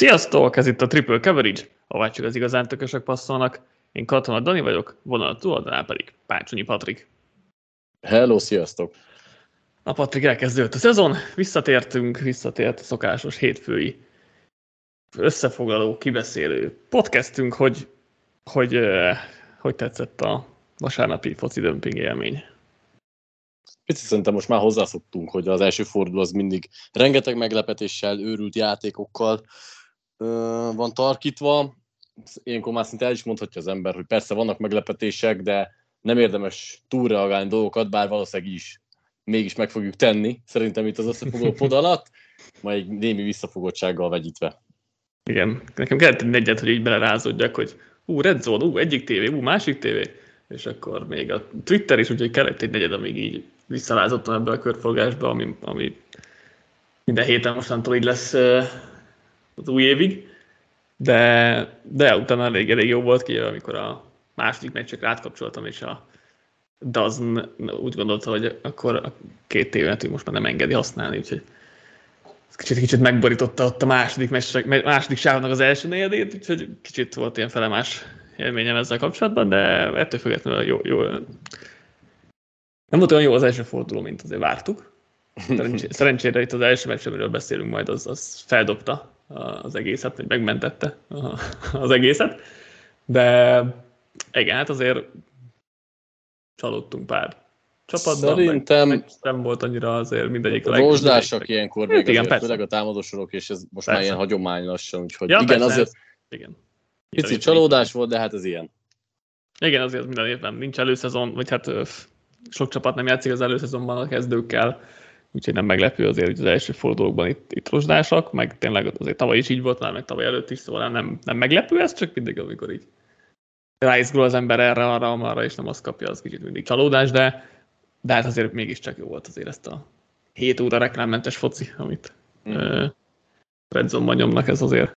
Sziasztok! Ez itt a Triple Coverage, ahová csak az igazán tökösök passzolnak. Én Katona Dani vagyok, vonal túloldalán pedig Pácsonyi Patrik. Hello, sziasztok! Na Patrik, elkezdődött a szezon, visszatért a szokásos hétfői összefoglaló, kibeszélő podcastünk, hogy tetszett a vasárnapi foci dömping élmény. Picit szerintem most már hozzászoktunk, hogy az első forduló az mindig rengeteg meglepetéssel, őrült játékokkal van tarkítva. Ilyenkor már szinte el is mondhatja az ember, hogy persze vannak meglepetések, de nem érdemes túlreagálni dolgokat, bár valószínűleg is mégis meg fogjuk tenni. Szerintem itt az összefoglaló pod alatt, majd egy némi visszafogottsággal vegyítve. Igen, nekem kellett egy egyet, hogy így belerázódjak, hogy Red Zone, egyik tévé, másik tévé, és akkor még a Twitter is, úgyhogy kellett egy negyed, amíg így visszalázottam ebbe a körforgásba, ami minden héten mostantól így lesz az új évig, de utána elég jó volt ki, amikor a második meccsre átkapcsoltam, és a DAZN úgy gondolta, hogy akkor a két tévét most már nem engedi használni, úgyhogy kicsit megborította ott a második sávnak az első negyedét, úgyhogy kicsit volt ilyen felemás élményem ezzel kapcsolatban, de ettől függetlenül jó. Nem volt olyan jó az első forduló, mint azért vártuk. Szerencsére itt az első meccs, amiről beszélünk majd, az feldobta az egészet, vagy megmentette az egészet. De igen, hát azért csalódtunk pár csapatban. Szerintem nem volt annyira azért mindegyik rozsdásak ilyenkor még igen, azért, főleg a támadósorok, és ez most már ilyen hagyomány lassan, úgyhogy ja, igen, azért igen. Pici csalódás volt, de hát ez ilyen. Igen, azért minden évben nincs előszezon, vagy hát sok csapat nem játszik az előszezonban a kezdőkkel, úgyhogy nem meglepő azért, hogy az első fordulókban itt rozsdásak, meg tényleg azért tavaly is így volt már, meg tavaly előtt is, szóval nem meglepő ez, csak mindig, amikor így ráizgul az ember arra, és nem azt kapja, az kicsit mindig csalódás, de hát azért mégiscsak jó volt azért ezt a 7 óra reklámmentes foci, amit Red Zone-ban nyomnak, ez azért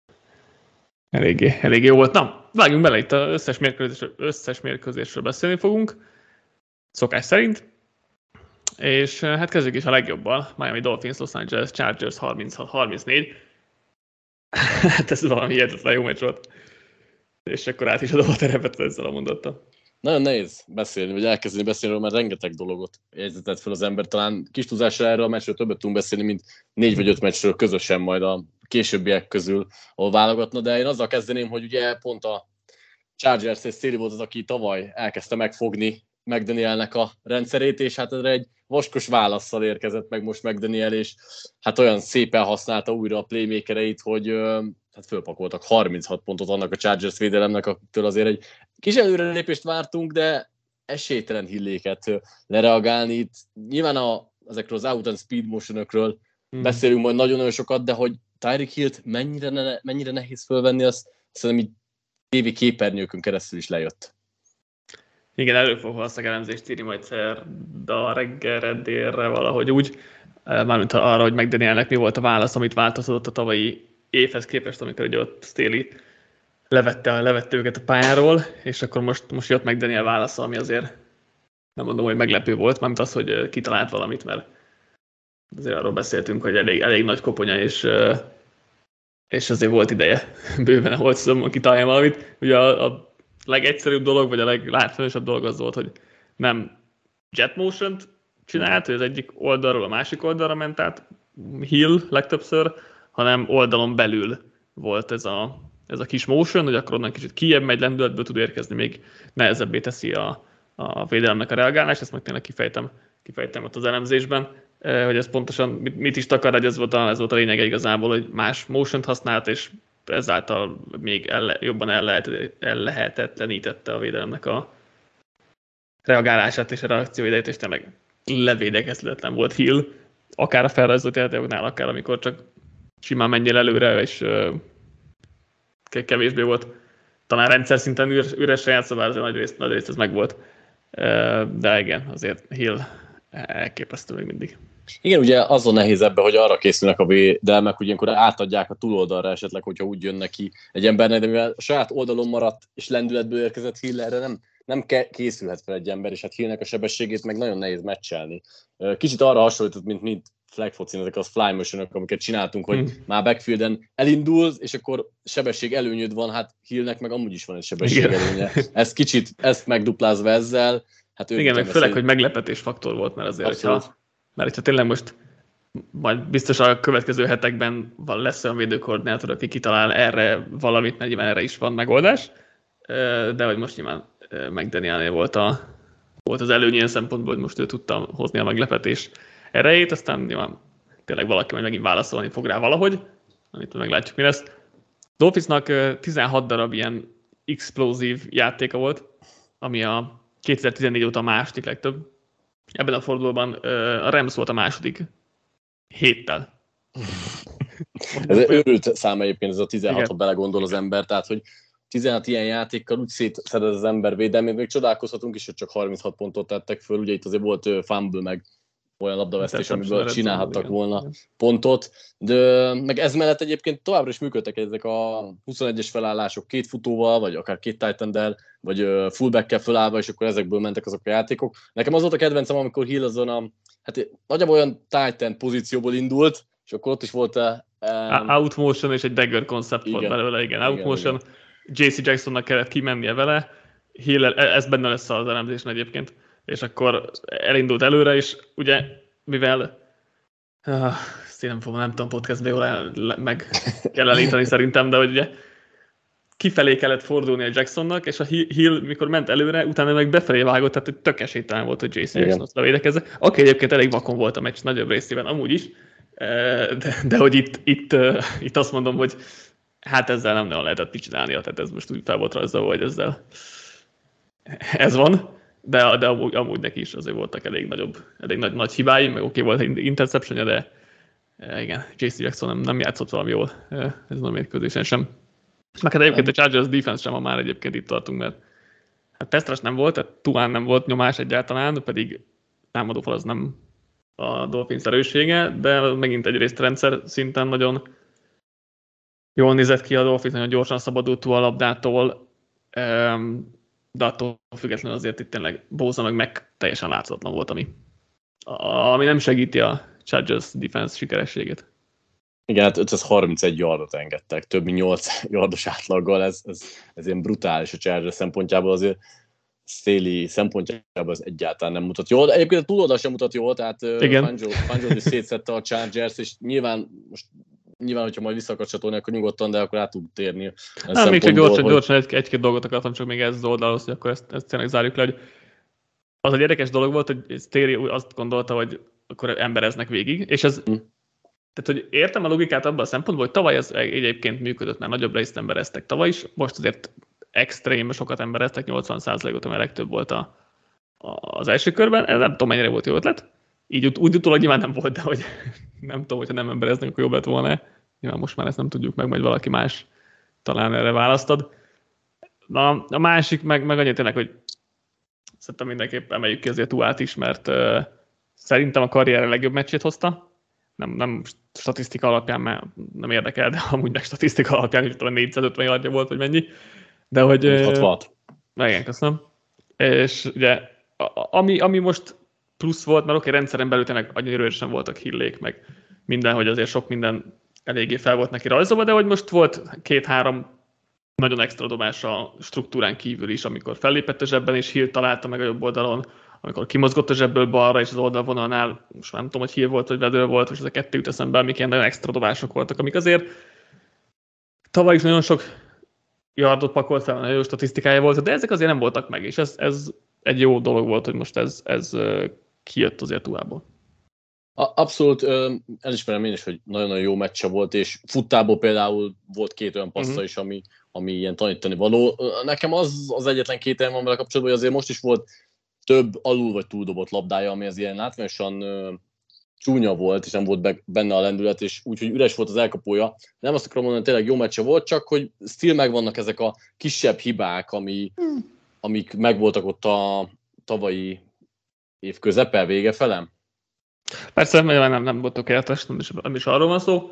elég jó volt. Na, vágjunk bele, itt az összes mérkőzésről beszélni fogunk, szokás szerint. És hát kezdjük is a legjobbal. Miami Dolphins, Los Angeles Chargers 36-34. Hát ez valami hihetetlen jó meccs volt. És akkor át is adom a terepet ezzel a mondattal. Nagyon nehéz beszélni, vagy elkezdeni beszélni, mert rengeteg dologot jegyzetett fel az ember. Talán kis túlzásra erről a meccsről többet tudunk beszélni, mint 4 vagy 5 meccsről közösen majd a későbbiek közül, ahol válogatna. De én azzal kezdeném, hogy ugye pont a Chargers és Széli volt az, aki tavaly elkezdte megfogni McDanielnek a rendszerét, és hát erre egy vaskos válasszal érkezett meg most McDaniel, és hát olyan szépen használta újra a playmakereit, hogy hát fölpakoltak 36 pontot annak a Chargers védelemnek, aktől azért egy kis előrelépést vártunk, de esélytelen Hilléket lereagálni. Itt nyilván ezekről az out and speed motionokról beszélünk majd nagyon sokat, de hogy Tyreek Hillt mennyire nehéz fölvenni, azt szerintem így TV képernyőkön keresztül is lejött. Igen, elő fog valószínűleg elemzést írni majd szerda reggelre, délre valahogy úgy. Mármint arra, hogy McDanielnek mi volt a válasz, amit változott a tavalyi évhez képest, amikor ugye ott Staley levette őket a pályáról, és akkor most jött McDaniel válasza, ami azért nem mondom, hogy meglepő volt, mármint az, hogy kitalált valamit, mert azért arról beszéltünk, hogy elég nagy koponya, és azért volt ideje bőven a holcizomban kitalálja valamit. Ugye a legegyszerűbb dolog, vagy a leglátványosabb dolog az volt, hogy nem jet motion-t csinált, hogy az egyik oldalról a másik oldalra ment át Hill legtöbbször, hanem oldalon belül volt ez a kis motion, hogy akkor onnan kicsit kijebb megy, lendületből tud érkezni, még nehezebbé teszi a védelemnek a reagálást, ezt meg tényleg kifejtem ott az elemzésben, hogy ez pontosan mit is takar, hogy ez volt a lényege igazából, hogy más motion-t használt, és ezáltal még jobban ellehetetlenítette a védelemnek a reagálását és a reakcióidejét, és tényleg levédekezhetetlen volt Hill, akár a felrajzolt játékoknál, akár amikor csak simán menjél előre, és kevésbé volt talán rendszer szinten üresre játszva, bár azért nagy részt ez megvolt. De igen, azért Hill elképesztő még mindig. Igen, ugye azon nehéz ebbe, hogy arra készülnek a védelmek, hogy ilyenkor átadják a túloldalra esetleg, hogyha úgy jön neki egy embernek, de mivel a saját oldalon maradt és lendületből érkezett Hill, erre nem készülhet fel egy ember, és hát Hillnek a sebességét meg nagyon nehéz meccselni. Kicsit arra hasonlított, mint flag focin, ezek az fly motion-ok, amiket csináltunk, hogy már backfielden elindulsz, és akkor sebesség előnyöd van, hát Hillnek meg amúgy is van egy sebesség előnye. Ezt megduplázva ezzel, hát igen, meg főleg, hogy meglepetés faktor volt, mert azért, hogyha tényleg most majd biztos a következő hetekben lesz olyan védőkoordinátor, aki kitalál erre valamit, mert nyilván erre is van megoldás, de hogy most nyilván McDanielnél volt az előny ilyen szempontból, hogy most ő tudta hozni a meglepetés erejét, aztán nyilván tényleg valaki majd megint válaszolni fog rá valahogy, amit meglátjuk, mi lesz. Dolphinsnak 16 darab ilyen explozív játéka volt, ami a 2014 óta a második legtöbb. Ebben a fordulóban a Rams volt a második 7-tel. Ez őrült szám egyébként, ez a 16, ha belegondol az ember, tehát hogy 16 ilyen játékkal úgy szétszedez az ember védelmét, még csodálkozhatunk is, hogy csak 36 pontot tettek föl, ugye itt azért volt fumble, meg olyan labdavesztés, amiből csinálhattak volna pontot, de meg ez mellett egyébként továbbra is működtek ezek a 21-es felállások két futóval, vagy akár két tight enddel, vagy fullback-kel felállva, és akkor ezekből mentek azok a játékok. Nekem az volt a kedvencem, amikor Hill azon nagyjából olyan tight end pozícióból indult, és akkor ott is volt out motion és egy dagger koncept volt belőle, igen. Out motion, JC Jacksonnak kellett kimennie vele, Hill, ez benne lesz az elemzésen egyébként, és akkor elindult előre, és ugye, mivel nem tudom podcastbe jól meg kell elítani szerintem, de hogy ugye kifelé kellett fordulni a Jacksonnak, és a Hill, mikor ment előre, utána meg befelé vágott, tehát hogy tök esélytelen volt, hogy JC Jackson azt levédekezze. Aki egyébként elég vakon volt a meccs nagyobb részében, amúgy is, de hogy itt azt mondom, hogy hát ezzel nem nagyon lehetett mit csinálnia, tehát ez most úgy fel volt rajzolva, hogy ezzel ez van, de amúgy neki is azért voltak elég nagy hibái, meg oké volt egy interceptionja, de igen, JC Jackson nem játszott valami jól ezen a mérkőzésen sem. Meg hát egyébként a Chargers defense sem, ha már egyébként itt tartunk, mert hát Pestras nem volt, tehát Tuán nem volt nyomás egyáltalán, pedig támadófal az nem a Dolphins erőssége, de megint egyrészt rendszer szinten nagyon jól nézett ki a Dolphins, nagyon gyorsan szabadult a labdától, de attól függetlenül azért itt tényleg Bosa meg teljesen láthatatlan volt, ami nem segíti a Chargers defense sikerességét. Igen, hát 531 yardot engedtek, több mint 8 yardos átlaggal, ez ilyen brutális a Chargers szempontjából, azért Staley szempontjából az egyáltalán nem mutat jól. Egyébként a túloldal sem mutat jól, tehát Fangio is szétszette a Chargers, és nyilván, hogyha majd vissza akar csatolni, akkor nyugodtan, de akkor át tud térni. Még csak gyorsan egy-két dolgot akartam csak még ez az oldalhoz, hogy akkor ezt tényleg zárjuk le, hogy az egy érdekes dolog volt, hogy Staley azt gondolta, hogy akkor embereznek végig, és ez tehát, hogy értem a logikát abban a szempontból, hogy tavaly ez egyébként működött, mert nagyobb részt embereztek tavaly is, most azért extrém sokat embereztek, 80%-ot, ami a legtöbb volt az első körben. Ez nem tudom, mennyire volt jó ötlet. Így úgy utólag nyilván nem volt, de hogy nem tudom, hogyha nem embereznek, akkor jobb lett volna. Nyilván most már ezt nem tudjuk meg, majd valaki más talán erre választad. A másik meg annyit tényleg, hogy szerintem mindenképp emeljük ki azért Tuát is, mert szerintem a karriere legjobb meccsét hozta. Nem statisztika alapján, mert nem érdekel, de amúgy meg statisztika alapján is talán 450 yardja volt, vagy mennyi. De hogy... 66. Igen, köszönöm. És ugye, ami most plusz volt, mert rendszeren belül tényleg annyira erősen voltak Hillék, meg minden, hogy azért sok minden eléggé fel volt neki rajzolva, de hogy most volt 2-3 nagyon extra dobás a struktúrán kívül is, amikor fellépett a zsebben, és Hill találta meg a jobb oldalon, amikor kimozgott a zsebből balra, és az oldalvonalnál, most már nem tudom, hogy Hill volt, vagy Vedő volt, és ez a kettő jut eszembe, amik ilyen nagyon extra dobások voltak, amik azért tavaly is nagyon sok yardot pakolt fel, nagyon jó statisztikája volt, de ezek azért nem voltak meg, és ez egy jó dolog volt, hogy most ez kijött azért Tuából. Abszolút elismerem én is, hogy nagyon-nagyon jó meccse volt, és futtából például volt 2 olyan passza is, ami ilyen tanítani való. Nekem az egyetlen kételjem van vele kapcsolatban, hogy azért most is volt több alul vagy túldobott labdája, ami az ilyen látványosan csúnya volt, és nem volt benne a lendület, és úgyhogy üres volt az elkapója. Nem azt akarom mondani, tényleg jó meccse volt, csak hogy still megvannak ezek a kisebb hibák, amik megvoltak ott a tavalyi év közepe, vége felem. Persze, nem volt tökéletes, nem is arról van szó,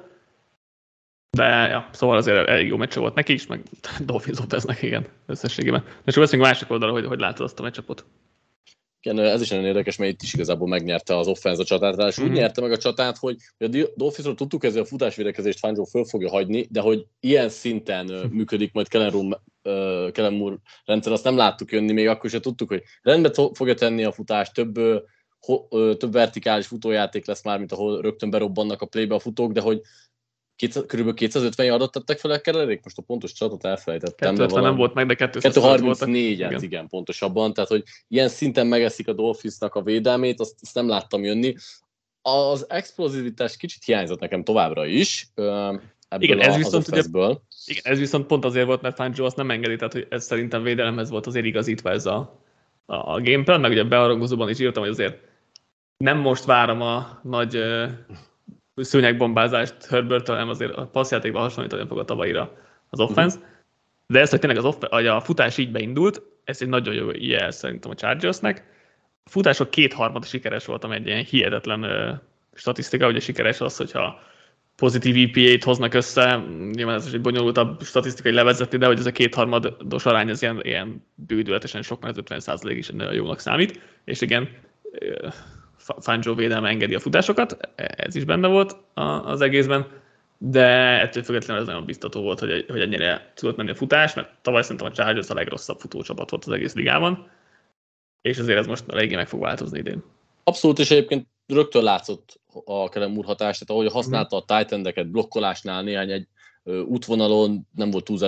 de ja, szóval azért elég jó meccse volt neki is, meg Dolphins Lopeznek, igen, összességében. És akkor beszélünk a másik oldalra, hogy látod azt a meccsapot. Igen, ez is nagyon érdekes, mert itt is igazából megnyerte az offense a csatát, és úgy nyerte meg a csatát, hogy a Dolphinsról tudtuk, hogy a futásvédekezést Fangio föl fogja hagyni, de hogy ilyen szinten működik majd Kellen Moore rendszer, azt nem láttuk jönni, még akkor sem tudtuk, hogy rendbe fogja tenni a futást, több vertikális futójáték lesz már, mint ahol rögtön berobbannak a playbe a futók, de hogy körülbelül 250 yardot tettek fel a Kellerék, most a pontos csatot elfelejtettem. 250 nem volt meg, de 234-et, igen, pontosabban, tehát hogy ilyen szinten megeszik a Dolphinsnak a védelmét, azt nem láttam jönni. Az explozivitás kicsit hiányzott nekem továbbra is, ebből az offense-ből. Igen, ez viszont pont azért volt, mert Fangio azt nem engedi, tehát hogy ez szerintem védelemhez volt azért igazítva ez a gameplan, meg ugye bearangozóban is írtam, hogy azért nem most várom a nagy szőnyegbombázást Herberttől, hanem azért a passzjátékban hasonlítani fog a tavalyira az offense. De ez, hogy tényleg a futás így beindult, ez egy nagyon jó jel szerintem a Chargersnek. A futások 2/3 sikeres volt, ami egy ilyen hihetetlen statisztika, ugye sikeres az, hogyha pozitív EPA-t hoznak össze, nyilván ez is egy bonyolultabb statisztikai levezetni, de hogy ez a 2/3 arány, ez ilyen bődületesen sok, mert 50% is nagyon jónak számít, és igen, Fangio védelme engedi a futásokat, ez is benne volt az egészben, de ettől függetlenül ez nagyon biztató volt, hogy ennyire tudott menni a futás, mert tavaly szerintem a Chargers a legrosszabb futócsapat volt az egész ligában, és azért ez most eléggé meg fog változni idén. Abszolút, és egyébként rögtön látszott a Kellen Moore hatás, tehát ahogy használta a tight endeket blokkolásnál egy útvonalon, nem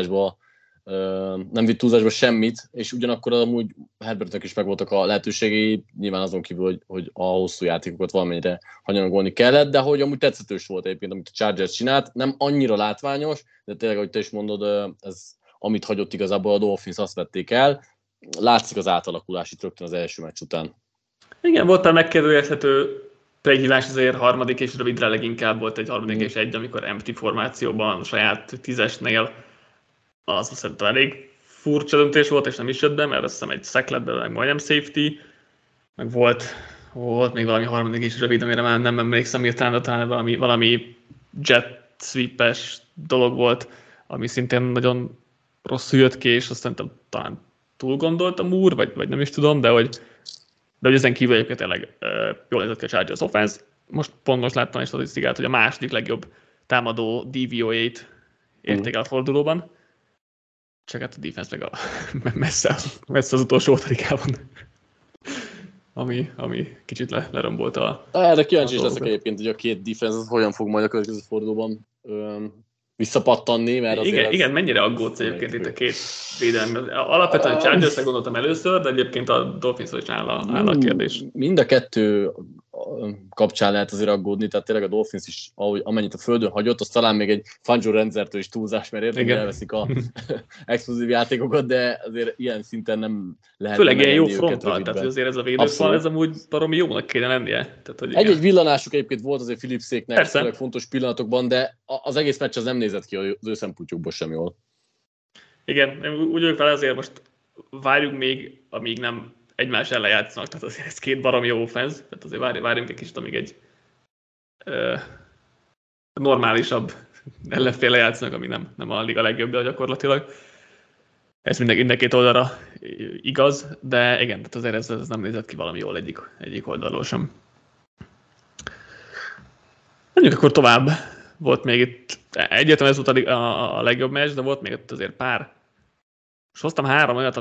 vitt túlzásba semmit, és ugyanakkor amúgy Herbertnek is megvoltak a lehetőségei, nyilván azon kívül, hogy a hosszú játékokat valamennyire hanyagolni kellett, de hogy amúgy tetszetős volt egyébként, amit a Chargers csinált, nem annyira látványos, de tényleg, ahogy te is mondod, ez amit hagyott igazából a Dolphins, azt vették el. Látszik az átalakulás itt rögtön az első meccs után. Igen, volt a megkérdőjelezhető playhívás, azért harmadik és rövidre leginkább volt egy harmadik és egy, amikor empty formációban a saját 10-esnél az szerintem elég furcsa döntés volt, és nem is jött be, mert azt hiszem egy sack lett belőle, meg majdnem safety, meg volt még valami harmadik és rövid, amire már nem emlékszem hirtelen, de talán valami jet sweep-es dolog volt, ami szintén nagyon rosszul jött ki, és azt szerintem talán túl gondolt a Moore, vagy nem is tudom, de hogy ezen kívül egyébként tényleg jól nézett ki a Chargers offense. Most láttam egy statisztikát, hogy a második legjobb támadó DVOA-t érték el a fordulóban. Csak hát a defense meg messze az utolsó ótarikában. ami kicsit lerombolta erre kíváncsi is leszek egyébként, hogy a két defense az hogyan fog majd a következő fordulóban visszapattanni, mert azért... Igen, mennyire aggódsz egyébként itt a két védelmi. Alapvetően a Chargers-re gondoltam először, de egyébként a Dolphins-ról is áll a kérdés. Mind a kettő kapcsán lehet azért aggódni, tehát tényleg a Dolphins is, amennyit a földön hagyott, az talán még egy Fangio rendszertől is túlzás, mert értem, hogy elveszik a explozív játékokat, de azért ilyen szinten nem lehet. Főleg ilyen jó fronttal, tehát azért ez a védőfal, ez amúgy baromi jónak kéne lennie. Tehát, hogy egy villanásuk egyébként volt azért Phillipséknek főleg fontos pillanatokban, de az egész meccs az nem nézett ki az ő szempontjukból sem jól. Igen, úgy vagyok vele, azért most várjuk még, amíg nem egymás ellen játszanak, tehát azért ez két baromi jó offense, tehát azért várjunk egy kicsit, amíg egy normálisabb ellenféle játszanak, ami nem a liga legjobbja gyakorlatilag. Ez mind két oldalra igaz, de igen, tehát azért ez nem nézett ki valami jól egyik oldalról sem. Mondjuk akkor tovább. Volt még itt, egyértelműen ez volt a legjobb meccs, de volt még itt azért pár. És hoztam 3 olyat,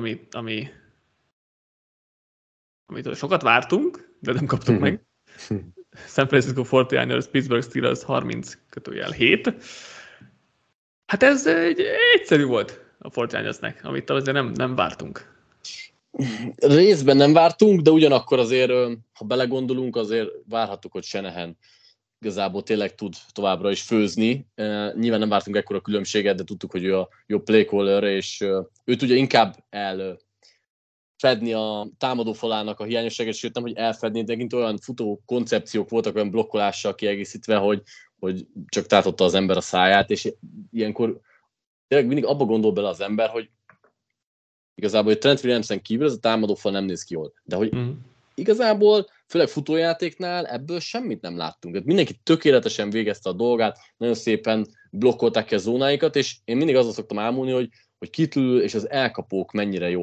amitől sokat vártunk, de nem kaptuk meg. San Francisco 49ers, Pittsburgh Steelers 30/7. Hát ez egyszerű volt a 49ersnek, amit azért nem vártunk. Részben nem vártunk, de ugyanakkor azért, ha belegondolunk, azért várhattuk, hogy Shanahan igazából tényleg tud továbbra is főzni. Nyilván nem vártunk ekkora különbséget, de tudtuk, hogy ő a jobb playcaller, és ő tudja inkább elfedni a támadófalának a hiányosságát, sőt nem, hogy elfedni, de olyan futó koncepciók voltak, olyan blokkolással kiegészítve, hogy csak tátotta az ember a száját, és ilyenkor tényleg mindig abba gondol bele az ember, hogy igazából, hogy Trent Williamson kívül ez a támadófal nem néz ki jól. De hogy igazából, főleg futójátéknál ebből semmit nem láttunk. Tehát mindenki tökéletesen végezte a dolgát, nagyon szépen blokkolták ki a zónáikat, és én mindig azzal szoktam ámulni, hogy Kittle és az elkapók mennyire jól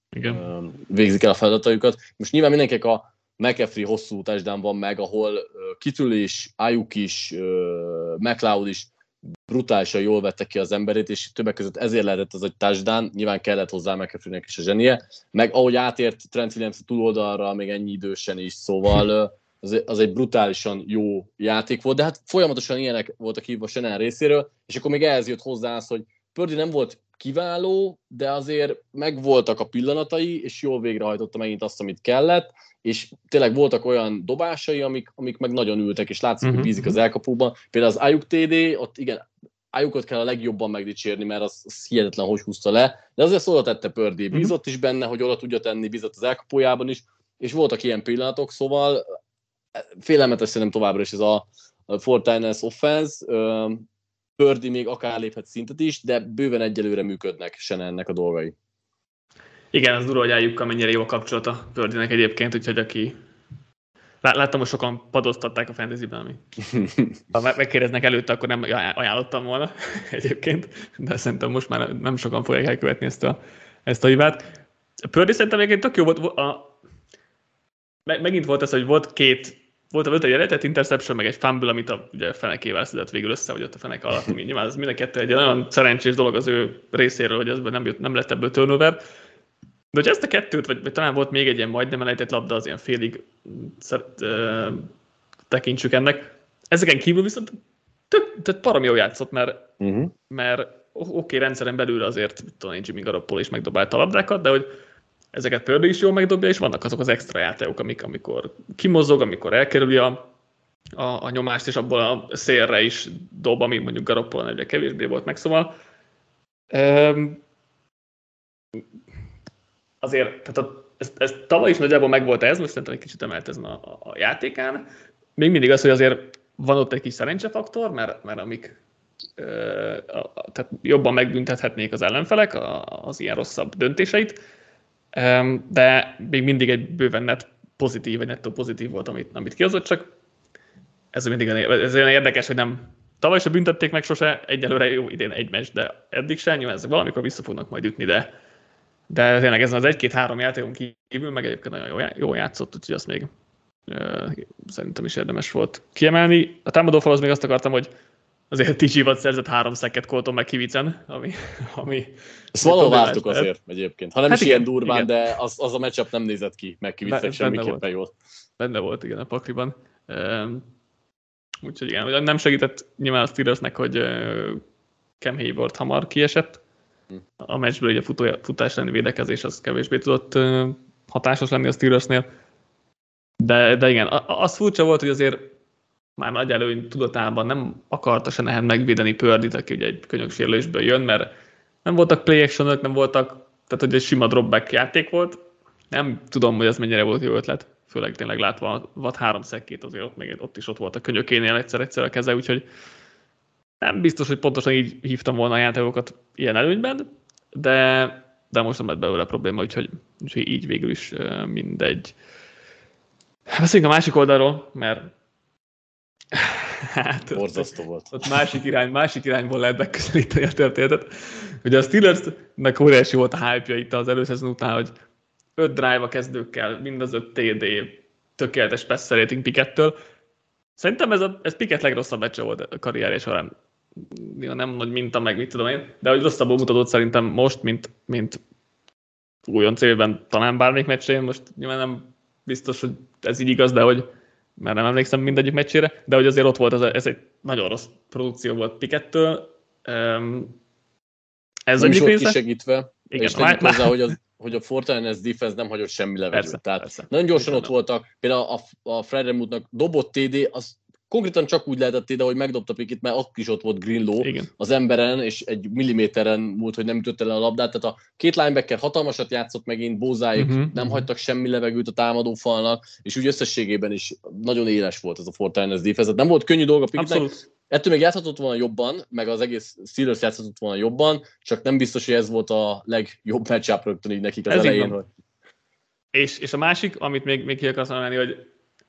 végzik el a feladataikat. Most nyilván mindenkinek a McCaffrey hosszú touchdown van meg, ahol Kittle is, Ayuk is, McLeod is brutálisan jól vette ki az emberét, és többek között ezért lehetett az egy touchdown, nyilván kellett hozzá McCaffreynek is a zsenie, meg ahogy átért Trent Williams a túloldalra, még ennyi idősen is, szóval az egy brutálisan jó játék volt, de hát folyamatosan ilyenek voltak hívva Shanahan részéről, és akkor még ehhez jött hozzá az, hogy Purdy nem volt kiváló, de azért megvoltak a pillanatai, és jól végrehajtotta megint azt, amit kellett, és tényleg voltak olyan dobásai, amik meg nagyon ültek, és látszik, hogy bízik az elkapóban. Például az Ayuk TD, ott igen, Ayukot kell a legjobban megdicsérni, mert az hihetetlen, hogy húzta le, de azért oda tette Purdy, bízott is benne, hogy oda tudja tenni, bízott az elkapójában is, és voltak ilyen pillanatok, szóval félelmetes szerintem továbbra is ez a 49ers offense. Purdy még akár léphet szintet is, de bőven egyelőre működnek Shanahannek a dolgai. Igen, az durva, hogy Ayukkal mennyire jó a kapcsolata Purdynek egyébként, úgyhogy aki... Láttam, hogy sokan padoztatták a fantasyben, ami... Ha megkérdeznek előtte, akkor nem ajánlottam volna egyébként, de szerintem most már nem sokan fogják elkövetni ezt a hibát. Purdy szerintem egyébként tök jó volt. Megint volt ez, hogy volt egy eredet interception, meg egy fumble, amit ugye fenekével szedett végül össze, vagy ott a feneke alatt. Nyilván ez mind a kettő egy nagyon szerencsés dolog az ő részéről, hogy ezben nem lett ebből turnover. De hogy ezt a kettőt, vagy talán volt még egy ilyen majdnem elejtett labda, az ilyen félig tekintsük ennek. Ezeken kívül viszont tehát param jól játszott, mert oké, rendszeren belül azért Jimmy Garoppolo is megdobálta a labdákat, de hogy ezeket Purdy is jól megdobja, és vannak azok az extra játékok, amikor kimozog, amikor elkerüli a nyomást, és abból a szélre is dob, ami mondjuk Garoppolo egyre kevésbé volt meg, szóval azért, tehát ez tavaly is nagyjából megvolt ez, most szerintem egy kicsit emelt ezen a játékán. Még mindig az, hogy azért van ott egy kis szerencsefaktor, mert amik tehát jobban megbüntethetnék az ellenfelek az ilyen rosszabb döntéseit, de még mindig egy bőven nettó pozitív volt, amit kihozott, csak ez mindig ez olyan érdekes, hogy nem tavaly se büntették meg sose, egyelőre jó idén egy meccs, de eddig sem, nyilván ezek valamikor vissza fognak majd ütni, de tényleg ezen az 1-2-3 játékon kívül meg egyébként nagyon jól játszott, úgyhogy azt még szerintem is érdemes volt kiemelni. A támadófalhoz még azt akartam, hogy azért TJ Watt szerzett 3 sacket Colton McKivicen, ami ezt valahol vártuk azért egyébként. Ha nem is ilyen durván, igen. De az a matchup nem nézett ki McKivicek semmiképpen jól. Benne volt, igen, a pakliban. Úgyhogy igen, nem segített nyilván a Steelersnek, hogy Cam Hayward hamar kiesett. A meccsből ugye a futás elleni védekezés az kevésbé tudott hatásos lenni a Steelersnél. De igen, az furcsa volt, hogy azért már nagy előny tudatában nem akarta Shanahan megvédeni Purdyt, aki ugye egy könyöksérülésből jön, mert nem voltak play actionok, nem voltak, tehát hogy egy sima dropback játék volt. Nem tudom, hogy ez mennyire volt jó ötlet, főleg tényleg látva a Watt 3 sackét, azért ott is volt a könyökénél egyszer a keze, úgyhogy nem biztos, hogy pontosan így hívtam volna a játékokat ilyen előnyben, de most nem lett belőle probléma, úgyhogy így végül is mindegy. Beszéljünk a másik oldalról, mert hát borzasztó volt. Ott másik irányból lehet megközelíteni a történetet. Ugye a Steelersnek óriási volt a hype-ja itt az előszezon után, hogy 5 drive a kezdőkkel, mind az 5 TD, tökéletes passer rating Pickettől. Szerintem ez Pickett legrosszabb meccse volt a karrierje során. Nem nagy minta, meg mit tudom én, de hogy rosszabbul mutatott szerintem most, mint újonc évben talán bármelyik meccsén. Most nyilván nem biztos, hogy ez így igaz, de hogy már nem emlékszem mindegyik meccsére, de hogy azért ott volt, ez egy nagyon rossz produkció volt Pickettől. Ez nem is volt kisegítve, és tegyük hozzá, hogy a Fortiners defense nem hagyott semmi levegőt. Tehát persze. Nagyon gyorsan ott voltak, például a Freiermuthnak dobott TD, az konkrétan csak úgy lehetett TD, hogy megdobta Pickett, mert ott is ott volt Greenlaw az emberen, és egy milliméteren múlt, hogy nem ütötte le a labdát. Tehát a két linebacker hatalmasat játszott megint, Bózáik nem hagytak semmi levegőt a támadó falnak, és úgy összességében is nagyon éles volt ez a Fortiners defense. Nem volt könnyű dolga Pickettnek. Ettől még játszhatott volna jobban, meg az egész Steelers játszhatott volna jobban, csak nem biztos, hogy ez volt a legjobb matchup rögtön így nekik az ez elején. Hogy... És a másik, amit még ki akarsz emelni, hogy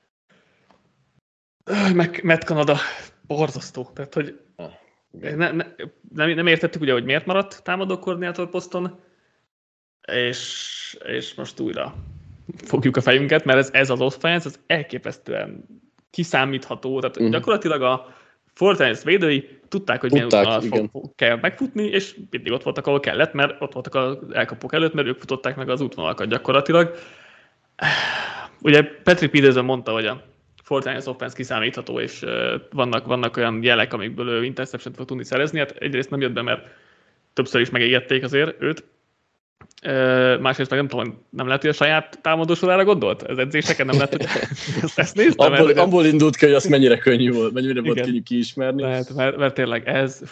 Matt Canada borzasztó. Tehát, hogy nem értettük ugye, hogy miért maradt támadó koordinátor poszton. és most újra fogjuk a fejünket, mert ez az offense, ez elképesztően kiszámítható, tehát gyakorlatilag a Fortnite védői tudták, hogy milyen útvonalat kell megfutni, és mindig ott voltak, ahol kellett, mert ott voltak az elkapók előtt, mert ők futották meg az útvonalakat gyakorlatilag. Ugye Patrick Peterson mondta, hogy a Fortnite offense kiszámítható, és vannak olyan jelek, amikből ő interception fog tudni szerezni. Hát egyrészt nem jött be, mert többször is megégették azért őt. Másrészt meg nem tudom, nem lehet, hogy a saját támadósorára gondolt? Az edzéseken nem lehet, hogy ezt néztem. Abból indult ki, hogy az mennyire könnyű volt, mennyire volt könnyű kiismerni. Mert tényleg ez...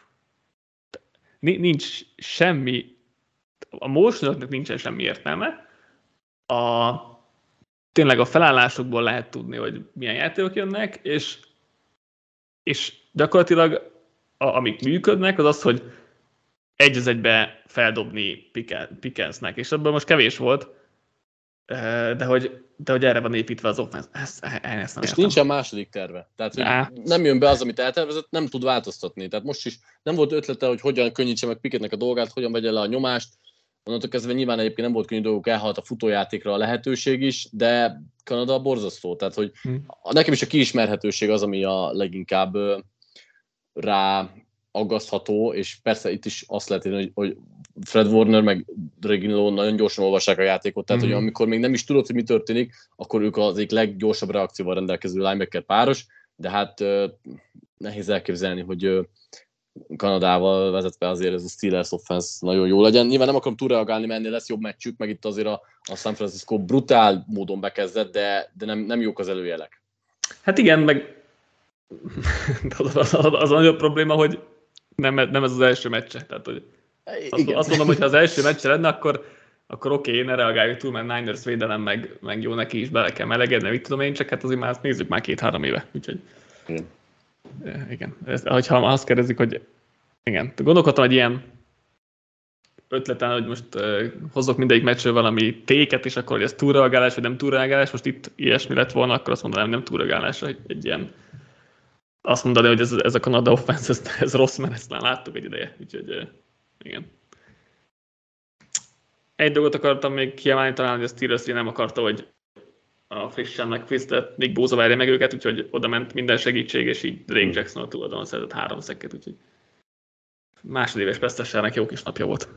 Nincs semmi... A motionoknak nincsen semmi értelme. Tényleg a felállásokból lehet tudni, hogy milyen játékok jönnek, és gyakorlatilag amik működnek, az az, hogy egy az egybe feldobni Pickensnek, és abban most kevés volt, de hogy erre van építve az offense. Ezt nem és értem. nincsen második terve. Tehát hogy nem jön be az, amit eltervezett, nem tud változtatni. Tehát most is nem volt ötlete, hogy hogyan könnyítse meg Pickettnek a dolgát, hogyan vegye le a nyomást. Onnantól kezdve nyilván egyébként nem volt könnyű dolgok, elhalt a futójátékra a lehetőség is, de Kanada borzasztó. Tehát, hogy nekem is a kiismerhetőség az, ami a leginkább rá aggasztható, és persze itt is azt lehet írni, hogy Fred Warner meg Reginald nagyon gyorsan olvassák a játékot, tehát hogy amikor még nem is tudod, hogy mi történik, akkor ők az egyik leggyorsabb reakcióval rendelkező linebacker páros, de hát nehéz elképzelni, hogy Kanadával vezetve azért ez a Steelers offense nagyon jó legyen. Nyilván nem akarom túlreagálni, mert ennél lesz jobb meccsük, meg itt azért a San Francisco brutál módon bekezdett, de nem jók az előjelek. Hát igen, meg az a nagyobb probléma, hogy nem ez az első meccse. Tehát, hogy azt mondom, hogy ha az első meccse lenne, akkor oké, ne reagáljuk túl, mert Niners védelem meg jó, neki is bele kell melegedni, mit tudom én, csak hát azért már azt nézzük már 2-3 éve. Úgyhogy igen. Ha azt kérdezik, hogy igen, gondolkodtam egy ilyen ötleten, hogy most hozzok mindegyik meccsről valami téket, és akkor hogy ez túlreagálás, vagy nem túlreagálás, most itt ilyesmi lett volna, akkor azt mondanám, nem túlreagálás, hogy egy ilyen azt mondani, hogy ez a Canada offense, ez rossz, mert ezt már láttuk egy ideje. Úgyhogy igen. Egy dolgot akartam még kiemelni, talán, hogy a Steelers nem akarta, hogy a frissen megfizetett Nick Bosa várja meg őket, úgyhogy oda ment minden segítség, és így Drake Jackson a tulajdon szerzett 3 szekket, úgyhogy másodéves Pesztessernek jó kis napja volt.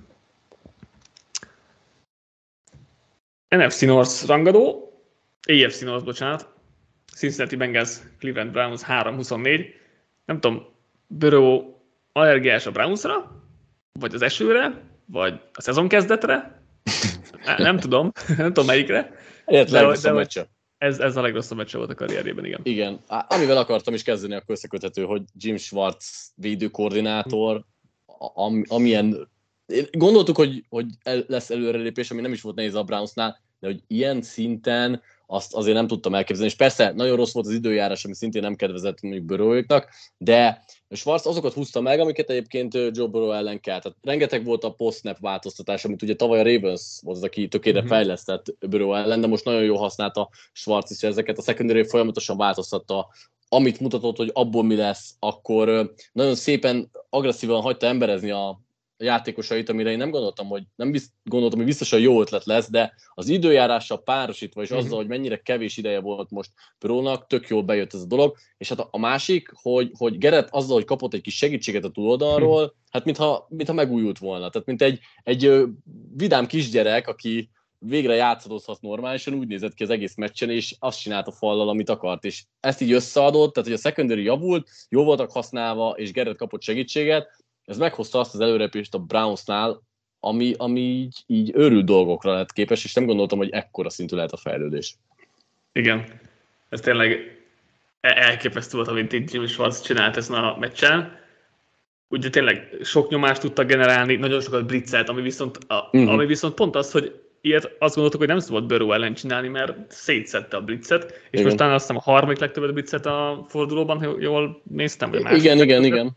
NFC North rangadó, AFC North, bocsánat, Cincinnati Bengals, Cleveland Browns 3-24. Nem tudom, Burrow allergiás a Brownsra, vagy az esőre, vagy a szezon kezdetre? Nem tudom melyikre. Legrosszabb meccse. Ez a legrosszabb meccse volt a karrierjében, igen. Igen. Amivel akartam is kezdeni, akkor összeköthető, hogy Jim Schwartz védőkoordinátor, amilyen... Gondoltuk, hogy lesz előrelépés, ami nem is volt nehéz a Brownsnál, de hogy ilyen szinten azt azért nem tudtam elképzelni. És persze nagyon rossz volt az időjárás, ami szintén nem kedvezett mondjuk Burrowéknak, de Schwartz azokat húzta meg, amiket egyébként Joe Burrow ellen kell. Tehát rengeteg volt a post-snap változtatás, amit ugye tavaly a Ravens volt az, aki tökéletes fejlesztett Burrow ellen, de most nagyon jól használta Schwartz is ezeket. A secondary folyamatosan változtatta, amit mutatott, hogy abból mi lesz, akkor nagyon szépen agresszívan hagyta emberezni a játékosait, amire én nem gondoltam, hogy biztosan jó ötlet lesz, de az időjárással párosítva, és azzal, hogy mennyire kevés ideje volt most Burrownak, tök jól bejött ez a dolog. És hát a másik, hogy Garrett azzal, hogy kapott egy kis segítséget a túloldalról, hát mintha megújult volna. Tehát mint egy vidám kisgyerek, aki végre játszadozhat normálisan, úgy nézett ki az egész meccsen, és azt csinált a fallal, amit akart. És ezt így összeadott, tehát hogy a secondary javult, jól voltak használva, és Garrett kapott segítséget. Ez meghozta azt az előrepést a Brownsnál, ami így őrült dolgokra lett képes, és nem gondoltam, hogy ekkora szintű lehet a fejlődés. Igen, ez tényleg elképesztő volt, amit itt Jimmy Schwartz csinált ezen a meccsen. Ugye tényleg sok nyomást tudtak generálni, nagyon sokat blitzelt, ami viszont pont az, hogy ilyet azt gondoltuk, hogy nem szabad Burrow ellen csinálni, mert szétszette a blitzet, és igen. Most talán azt hiszem a harmadik legtöbbet blitzet a fordulóban, ha jól néztem. Igen.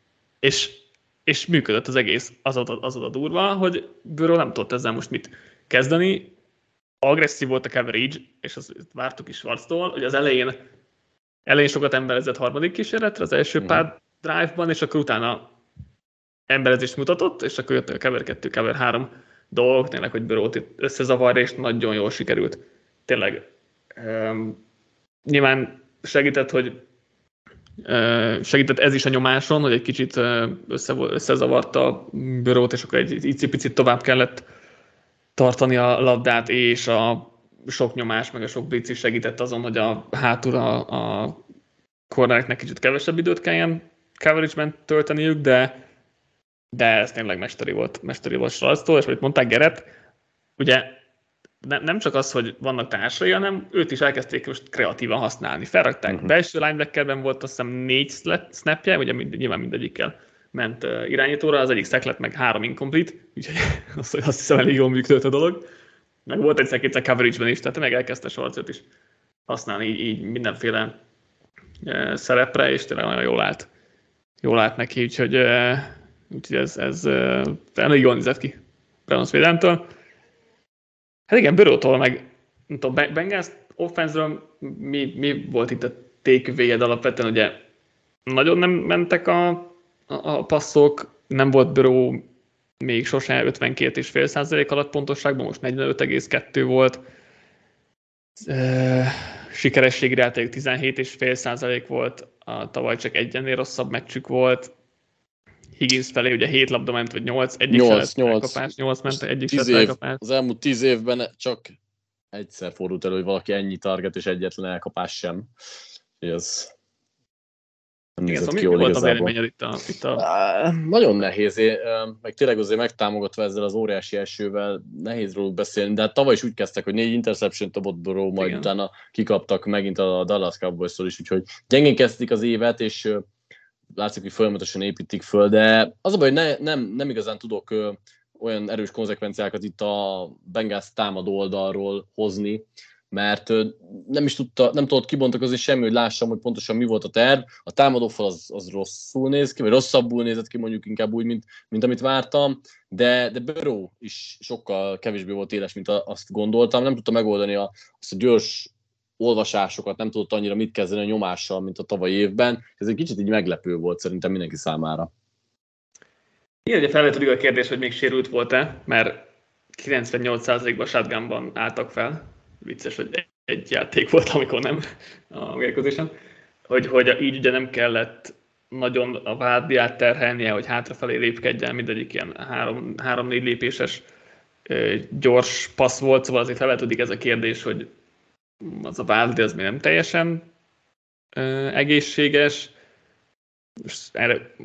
És működött az egész, az a durva, hogy Burrow nem tudott ezzel most mit kezdeni. Agresszív volt a coverage, és azt vártuk is Schwartztól, hogy az elején sokat emberezett harmadik kísérletre, az első pár drive-ban, és akkor utána emberezést mutatott, és akkor jött a cover 2, cover 3 dolgok, tényleg, hogy Burrowt itt összezavarja, és nagyon jól sikerült. Tényleg nyilván segített ez is a nyomáson, hogy egy kicsit összezavarta Burrowt, és akkor egy icipicit tovább kellett tartani a labdát, és a sok nyomás, meg a sok blitz is segített azon, hogy a hátul a cornereknek kicsit kevesebb időt kelljen coverage-ben tölteniük, de ez tényleg mesteri volt Stralctól, és amit mondták Gerett, ugye nem csak az, hogy vannak társai, hanem őt is elkezdték most kreatívan használni. Felrakták. Belső linebackerben volt azt hiszem 4 snapje, ugye nyilván mindegyikkel ment irányítóra, az egyik sack lett meg 3 incomplete, úgyhogy azt hiszem elég jól működött a dolog. Meg volt egyszer-kétszer coverage-ben is, tehát meg elkezdte Schwartzot is használni így mindenféle szerepre, és tényleg nagyon jól állt neki, úgyhogy ez elég jól nézett ki Browns védelmtől. Hát igen, Burrowtól meg a Bengals offense-ről mi volt itt a takeaway-ed alapvetően, ugye nagyon nem mentek a passzok, nem volt Burrow még sose 52,5% alatt pontosságban, most 45,2 volt. Sikerességre játék 17,5% volt, tavaly csak egyennél rosszabb meccsük volt. Higgins felé ugye 7 labda ment, vagy 8, egyik se lett elkapás, 8 ment, egyik se lett elkapás. Az elmúlt 10 évben csak egyszer fordult elő, hogy valaki ennyi target és egyetlen elkapás sem. Ez nem nézett ki jól igazából. Mi volt a véleményed itt a... Nagyon nehéz, meg tényleg azért megtámogatva ezzel az óriási esővel nehéz róluk beszélni, de hát tavaly is úgy kezdtek, hogy 4 interception dobott Burrow, majd igen. Utána kikaptak megint a Dallas Cowboys-tól is, úgyhogy gyengén kezdték az évet, és látszik, hogy folyamatosan építik föl, de az a baj, hogy nem igazán tudok olyan erős konzekvenciákat itt a Bengals támadó oldalról hozni, mert nem tudott kibontakozni semmi, hogy lássam, hogy pontosan mi volt a terv. A támadófal az rosszul néz ki, vagy rosszabbul nézett ki, mondjuk inkább úgy, mint amit vártam, de Burrow is sokkal kevésbé volt éles, mint azt gondoltam. Nem tudta megoldani azt a gyors olvasásokat, nem tudott annyira mit kezdeni a nyomással, mint a tavalyi évben. Ez egy kicsit így meglepő volt szerintem mindenki számára. Igen, ugye felvetődik a kérdés, hogy még sérült volt-e, mert 98%-ban shotgunban álltak fel. Vicces, hogy egy játék volt, amikor nem a mérkőzésen. Hogy így ugye nem kellett nagyon a vádját terhelnie, hogy hátrafelé lépkedjen, mindegyik ilyen 3-4 lépéses gyors passz volt, szóval azért felvetődik ez a kérdés, hogy az a vád, az még nem teljesen egészséges. Most erre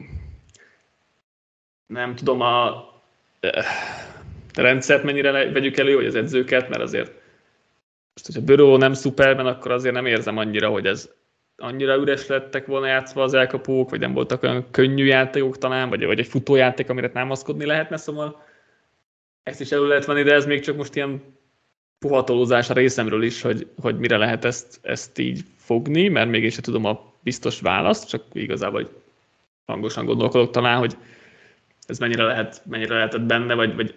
nem tudom a rendszert mennyire vegyük elő, vagy az edzőket, mert azért most, hogyha Burrow nem szuperben, akkor azért nem érzem annyira, hogy ez annyira üres lettek volna játszva az elkapók, vagy nem voltak olyan könnyű játékok talán, vagy egy futójáték, amire támaszkodni lehetne, szóval ezt is elő lehet venni, de ez még csak most ilyen puhatolózás a részemről is, hogy mire lehet ezt így fogni, mert mégis sem tudom a biztos választ, csak igazából hogy hangosan gondolkodok talán, hogy ez mennyire lehetett benne, vagy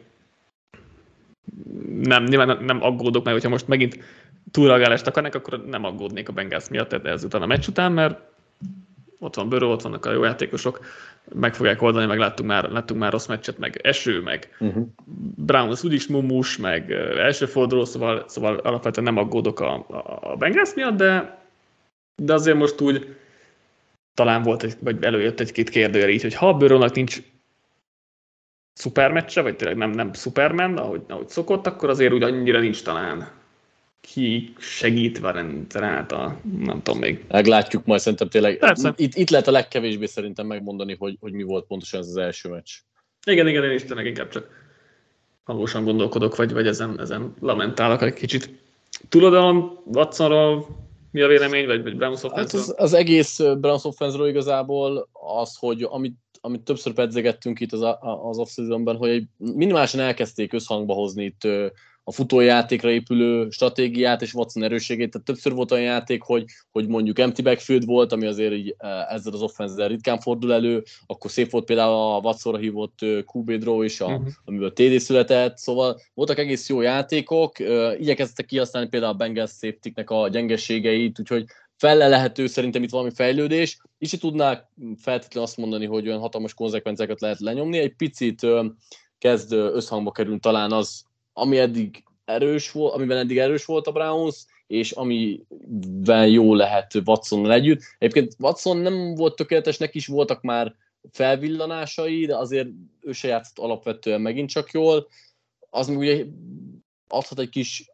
nyilván nem aggódok, mert hogyha most megint túlreagálást akarnak, akkor nem aggódnék a Bengals miatt ezután a meccs után, mert ott van Burrow, ott vannak a jó játékosok, meg fogják oldani, meg láttunk már rossz meccset, meg eső, meg Browns úgyis mumus, meg első forduló, szóval alapvetően nem aggódok a Bengals miatt, de azért most úgy talán volt, vagy előjött egy-két kérdőjel így, hogy ha a Burrownak nincs szupermeccse, vagy tényleg nem Superman, ahogy szokott, akkor azért úgy annyira nincs talán ki segítve a rendszer által, nem tudom még. Meglátjuk majd szerintem tényleg. Itt lehet a legkevésbé szerintem megmondani, hogy mi volt pontosan ez az első meccs. Igen, én is tényleg inkább csak hangosan gondolkodok, vagy ezen lamentálok egy kicsit. Tudod, Watsonról mi a vélemény, vagy Browns offense-ről? Hát az egész Browns offense-ről igazából az, hogy amit többször pedzegettünk itt az off-seasonben, hogy minimálisan elkezdték összhangba hozni itt a futójátékra épülő stratégiát és Watson erősségét. Tehát többször volt olyan játék, hogy mondjuk empty backfield volt, ami azért így ezzel az offense-zel ritkán fordul elő, akkor szép volt például a Watsonra hívott QB draw is, amiből TD született, szóval voltak egész jó játékok, igyekeztek kihasználni például a Bengals safety-nek a gyengeségeit, úgyhogy fellelhető szerintem itt valami fejlődés. Is tudnák feltétlenül azt mondani, hogy olyan hatalmas konzekvenciákat lehet lenyomni. Egy picit kezd összhangba kerülni talán az, amiben eddig erős volt a Browns, és amivel jó lehet Watsonnal együtt. Egyébként Watson nem volt tökéletes, neki is voltak már felvillanásai, de azért ő se játszott alapvetően megint csak jól. Az meg ugye adhat egy kis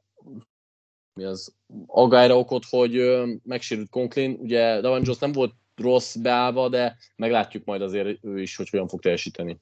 aggályra okot, hogy megsérült Conklin. Ugye Davon Jones nem volt rossz beállva, de meglátjuk majd azért ő is, hogy hogyan fog teljesíteni.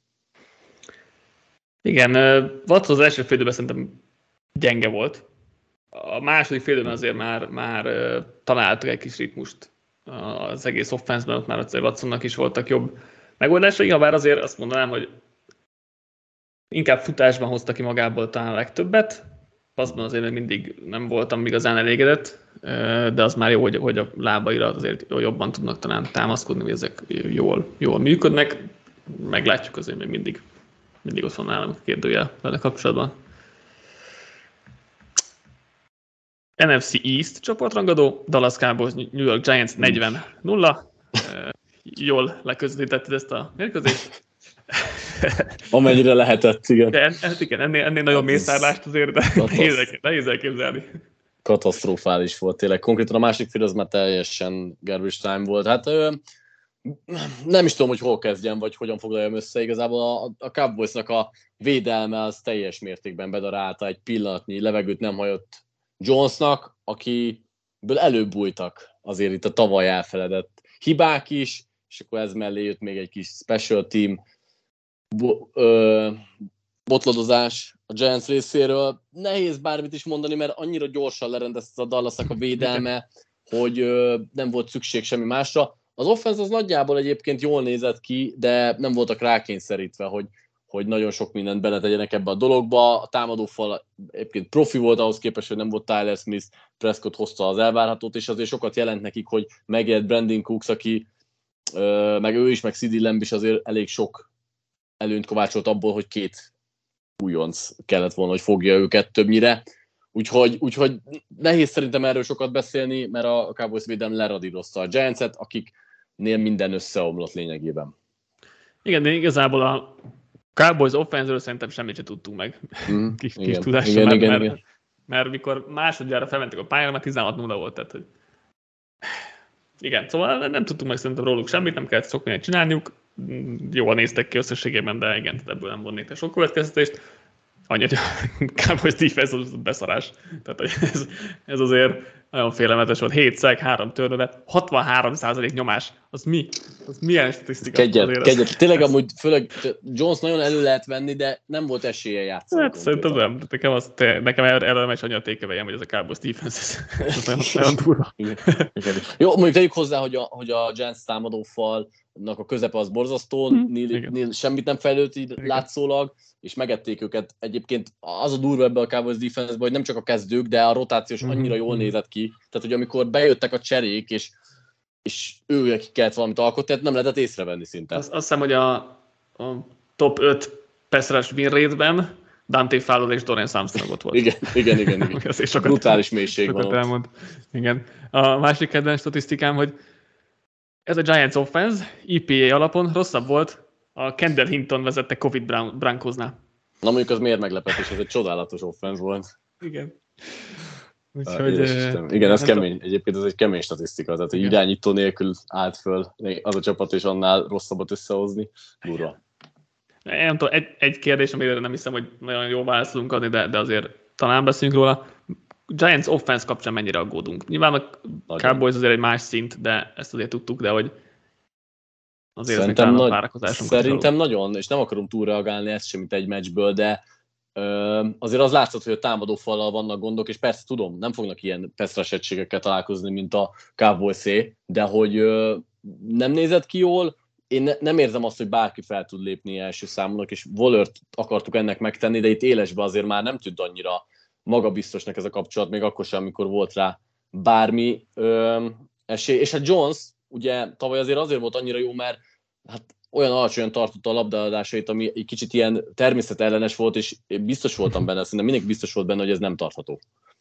Igen, Watson az első félidőben szerintem gyenge volt. A második félidőben azért már találtak egy kis ritmust az egész offenszben, ott már azért Watsonnak is voltak jobb megoldásai, ha bár azért azt mondanám, hogy inkább futásban hozta ki magából talán a legtöbbet. Passzban azért még mindig nem voltam igazán elégedett, de az már jó, hogy a lábaira azért jobban tudnak talán támaszkodni, hogy ezek jól működnek. Meglátjuk, azért még mindig ott van nálam a kérdőjel vele kapcsolatban. NFC East csoportrangadó, Dallas Cowboys, New York Giants 40-0. Jól leközvetítetted ezt a mérkőzést. Amennyire lehetett, igen. De igen, ennél nagyobb mészárlást azért nehéz elképzelni. Katasztrofális volt tényleg. Konkrétan a másik fél az már teljesen garbage time volt. Hát nem is tudom, hogy hol kezdjem, vagy hogyan foglaljam össze. Igazából a Cowboysnak a védelme az teljes mértékben bedarálta, egy pillanatnyi levegőt nem hajott Jonesnak, akiből előbújtak azért itt a tavaly elfeledett hibák is, és akkor ez mellé jött még egy kis special team botlodozás a Giants részéről. Nehéz bármit is mondani, mert annyira gyorsan lerendezte a Dallasnak a védelme, hogy nem volt szükség semmi másra. Az offense az nagyjából egyébként jól nézett ki, de nem voltak rákényszerítve, hogy nagyon sok mindent beletegyenek ebbe a dologba. A támadófal egyébként profi volt ahhoz képest, hogy nem volt Tyler Smith, Prescott hozta az elvárhatót, és azért sokat jelent nekik, hogy megjelent Brandon Cooks, aki meg ő is, meg CeeDee Lamb is azért elég sok előnyt kovácsolt abból, hogy két újonc kellett volna, hogy fogja őket többnyire. Úgyhogy nehéz szerintem erről sokat beszélni, mert a Cowboys védelem leradírozta a Giants-et, akiknél minden összeomlott lényegében. Igen, de igazából a Cowboys offense-ről szerintem semmit sem tudtunk meg. Kis tudással, mert mikor másodjára felmentek a pályára, már 16-0 volt, tehát hogy... Igen, szóval nem tudtunk meg szerintem róluk semmit, nem kellett sok mindent csinálniuk, jól néztek ki összességében, de igen, ebből nem vonnék sok következtetést. Annyi, hogy a Cowboys defense az beszarás. Tehát ez azért nagyon félelmetes volt. 7 sack, 3 turnover, 63% nyomás. Az mi? Az milyen statisztika? Kegyet. Tényleg amúgy főleg Jones nagyon elő lehet venni, de nem volt esélye játszani. Hát szerintem nem. Nekem erre nem is annyira tékeveljem, hogy ez a Cowboys defense ez nagyon durva. Jó, mondjuk tegyük hozzá, hogy a Giants támadófalnak a közepe az borzasztó, Neil semmit nem fejlődött így látszólag, és megették őket. Egyébként az a durva ebbe a Cowboys defense-be, hogy nem csak a kezdők, de a rotációs annyira jól nézett ki. Tehát, hogy amikor bejöttek a cserék, és ők kellett valamit alkotni, tehát nem lehetett észrevenni szinte. Azt hiszem, hogy a top 5 pass rush win rate-ben Dante Fowler és Dorian Armstrong ott volt. Igen. Brutális mélység van ott. Igen. A másik kedvenc statisztikám, hogy ez a Giants offense EPA alapon rosszabb volt a Kendall Hinton vezette Covid Broncosnál. Na mondjuk az miért meglepetés, ez egy csodálatos offense volt. Igen. Úgyhogy, igen, ez kemény. Egyébként ez egy kemény statisztika, tehát hogy irányító nélkül állt föl az a csapat, és annál rosszabbat összehozni. Durva. Nem tudom, egy kérdés, amire nem hiszem, hogy nagyon jól válaszolunk adni, de azért talán beszélünk róla. Giants offense kapcsán mennyire aggódunk? Nyilván a Cowboys azért egy más szint, de ezt azért tudtuk, de hogy azért szerintem szerintem nagyon, és nem akarom túlreagálni ezt sem, mint egy meccsből, de azért az látszott, hogy a támadófallal vannak gondok, és persze tudom, nem fognak ilyen pass egységekkel találkozni, mint a Cowboys-é, de hogy nem nézett ki jól, én nem érzem azt, hogy bárki fel tud lépni első számúnak, és Wallert akartuk ennek megtenni, de itt élesben azért már nem tűnt annyira magabiztosnak ez a kapcsolat, még akkor sem, amikor volt rá bármi esély. És hát Jones, ugye tavaly azért volt annyira jó, mert hát olyan alacsonyan tartotta a labdaadásait, ami egy kicsit ilyen természetellenes volt, és biztos voltam benne, szerintem mindenki biztos volt benne, hogy ez nem tartható.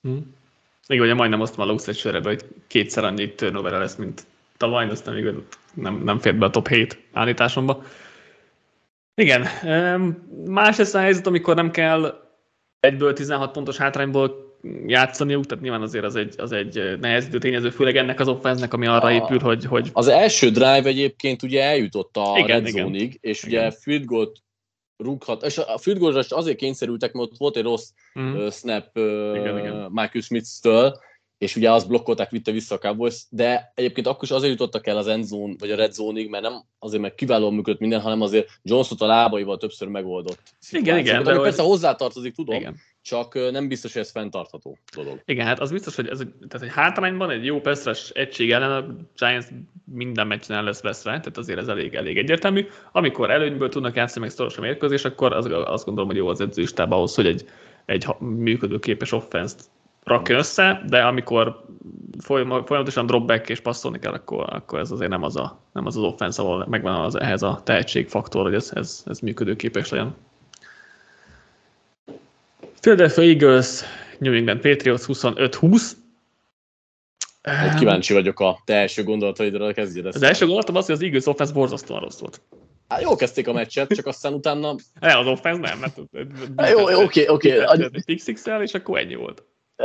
Igen, ugye majdnem azt van a Lux egy sörebe, hogy kétszer annyi turnover lesz, mint tavaly, aztán még nem fért be a top 7 állításomba. Igen. Más ez a helyzet, amikor nem kell egyből 16 pontos hátrányból játszaniuk, tehát nyilván azért az egy nehezítő tényező, főleg ennek az offense-nek, ami arra épül, hogy... Az első drive egyébként ugye eljutott a igen, red zone-ig, és igen. ugye field goal-t rúghat, és a field goal-ra azért kényszerültek, mert ott volt egy rossz snap igen. Michael Smith-től, és ugye azt blokkolták, vitte vissza a Cowboys, de egyébként akkor is azért jutottak el az end zone, vagy a red zone-ig, mert nem azért, mert kiválóan működött minden, hanem azért Jones-ot a lábaival többször megoldott szituációkat. Igen, de persze hozzátartozik, tudom, igen. Csak nem biztos, hogy ez fenntartható dolog. Igen, hát az biztos, hogy tehát egy hátrányban egy jó pass egység ellen a Giants minden meccsen lesz rá, tehát azért ez elég egyértelmű. Amikor előnyből tudnak játszani meg szoros a mérkőzés, akkor azt gondolom, hogy jó az edzőstáb ahhoz, hogy egy működőképes offense-t rakjon össze, de amikor folyamatosan dropback és passzolni kell, akkor ez azért nem az offense, ahol megvan ehhez a tehetségfaktor, hogy ez működőképes legyen. Philadelphia Eagles, New England Patriots 25-20. Kíváncsi vagyok a te első gondolataidra, kezdjed ezt. Az első gondolatom az, hogy az Eagles offense borzasztóan rossz volt. Hát jól kezdték a meccset, csak aztán utána... Az offense nem, mert... Oké. Pick-six-el, és akkor ennyi volt.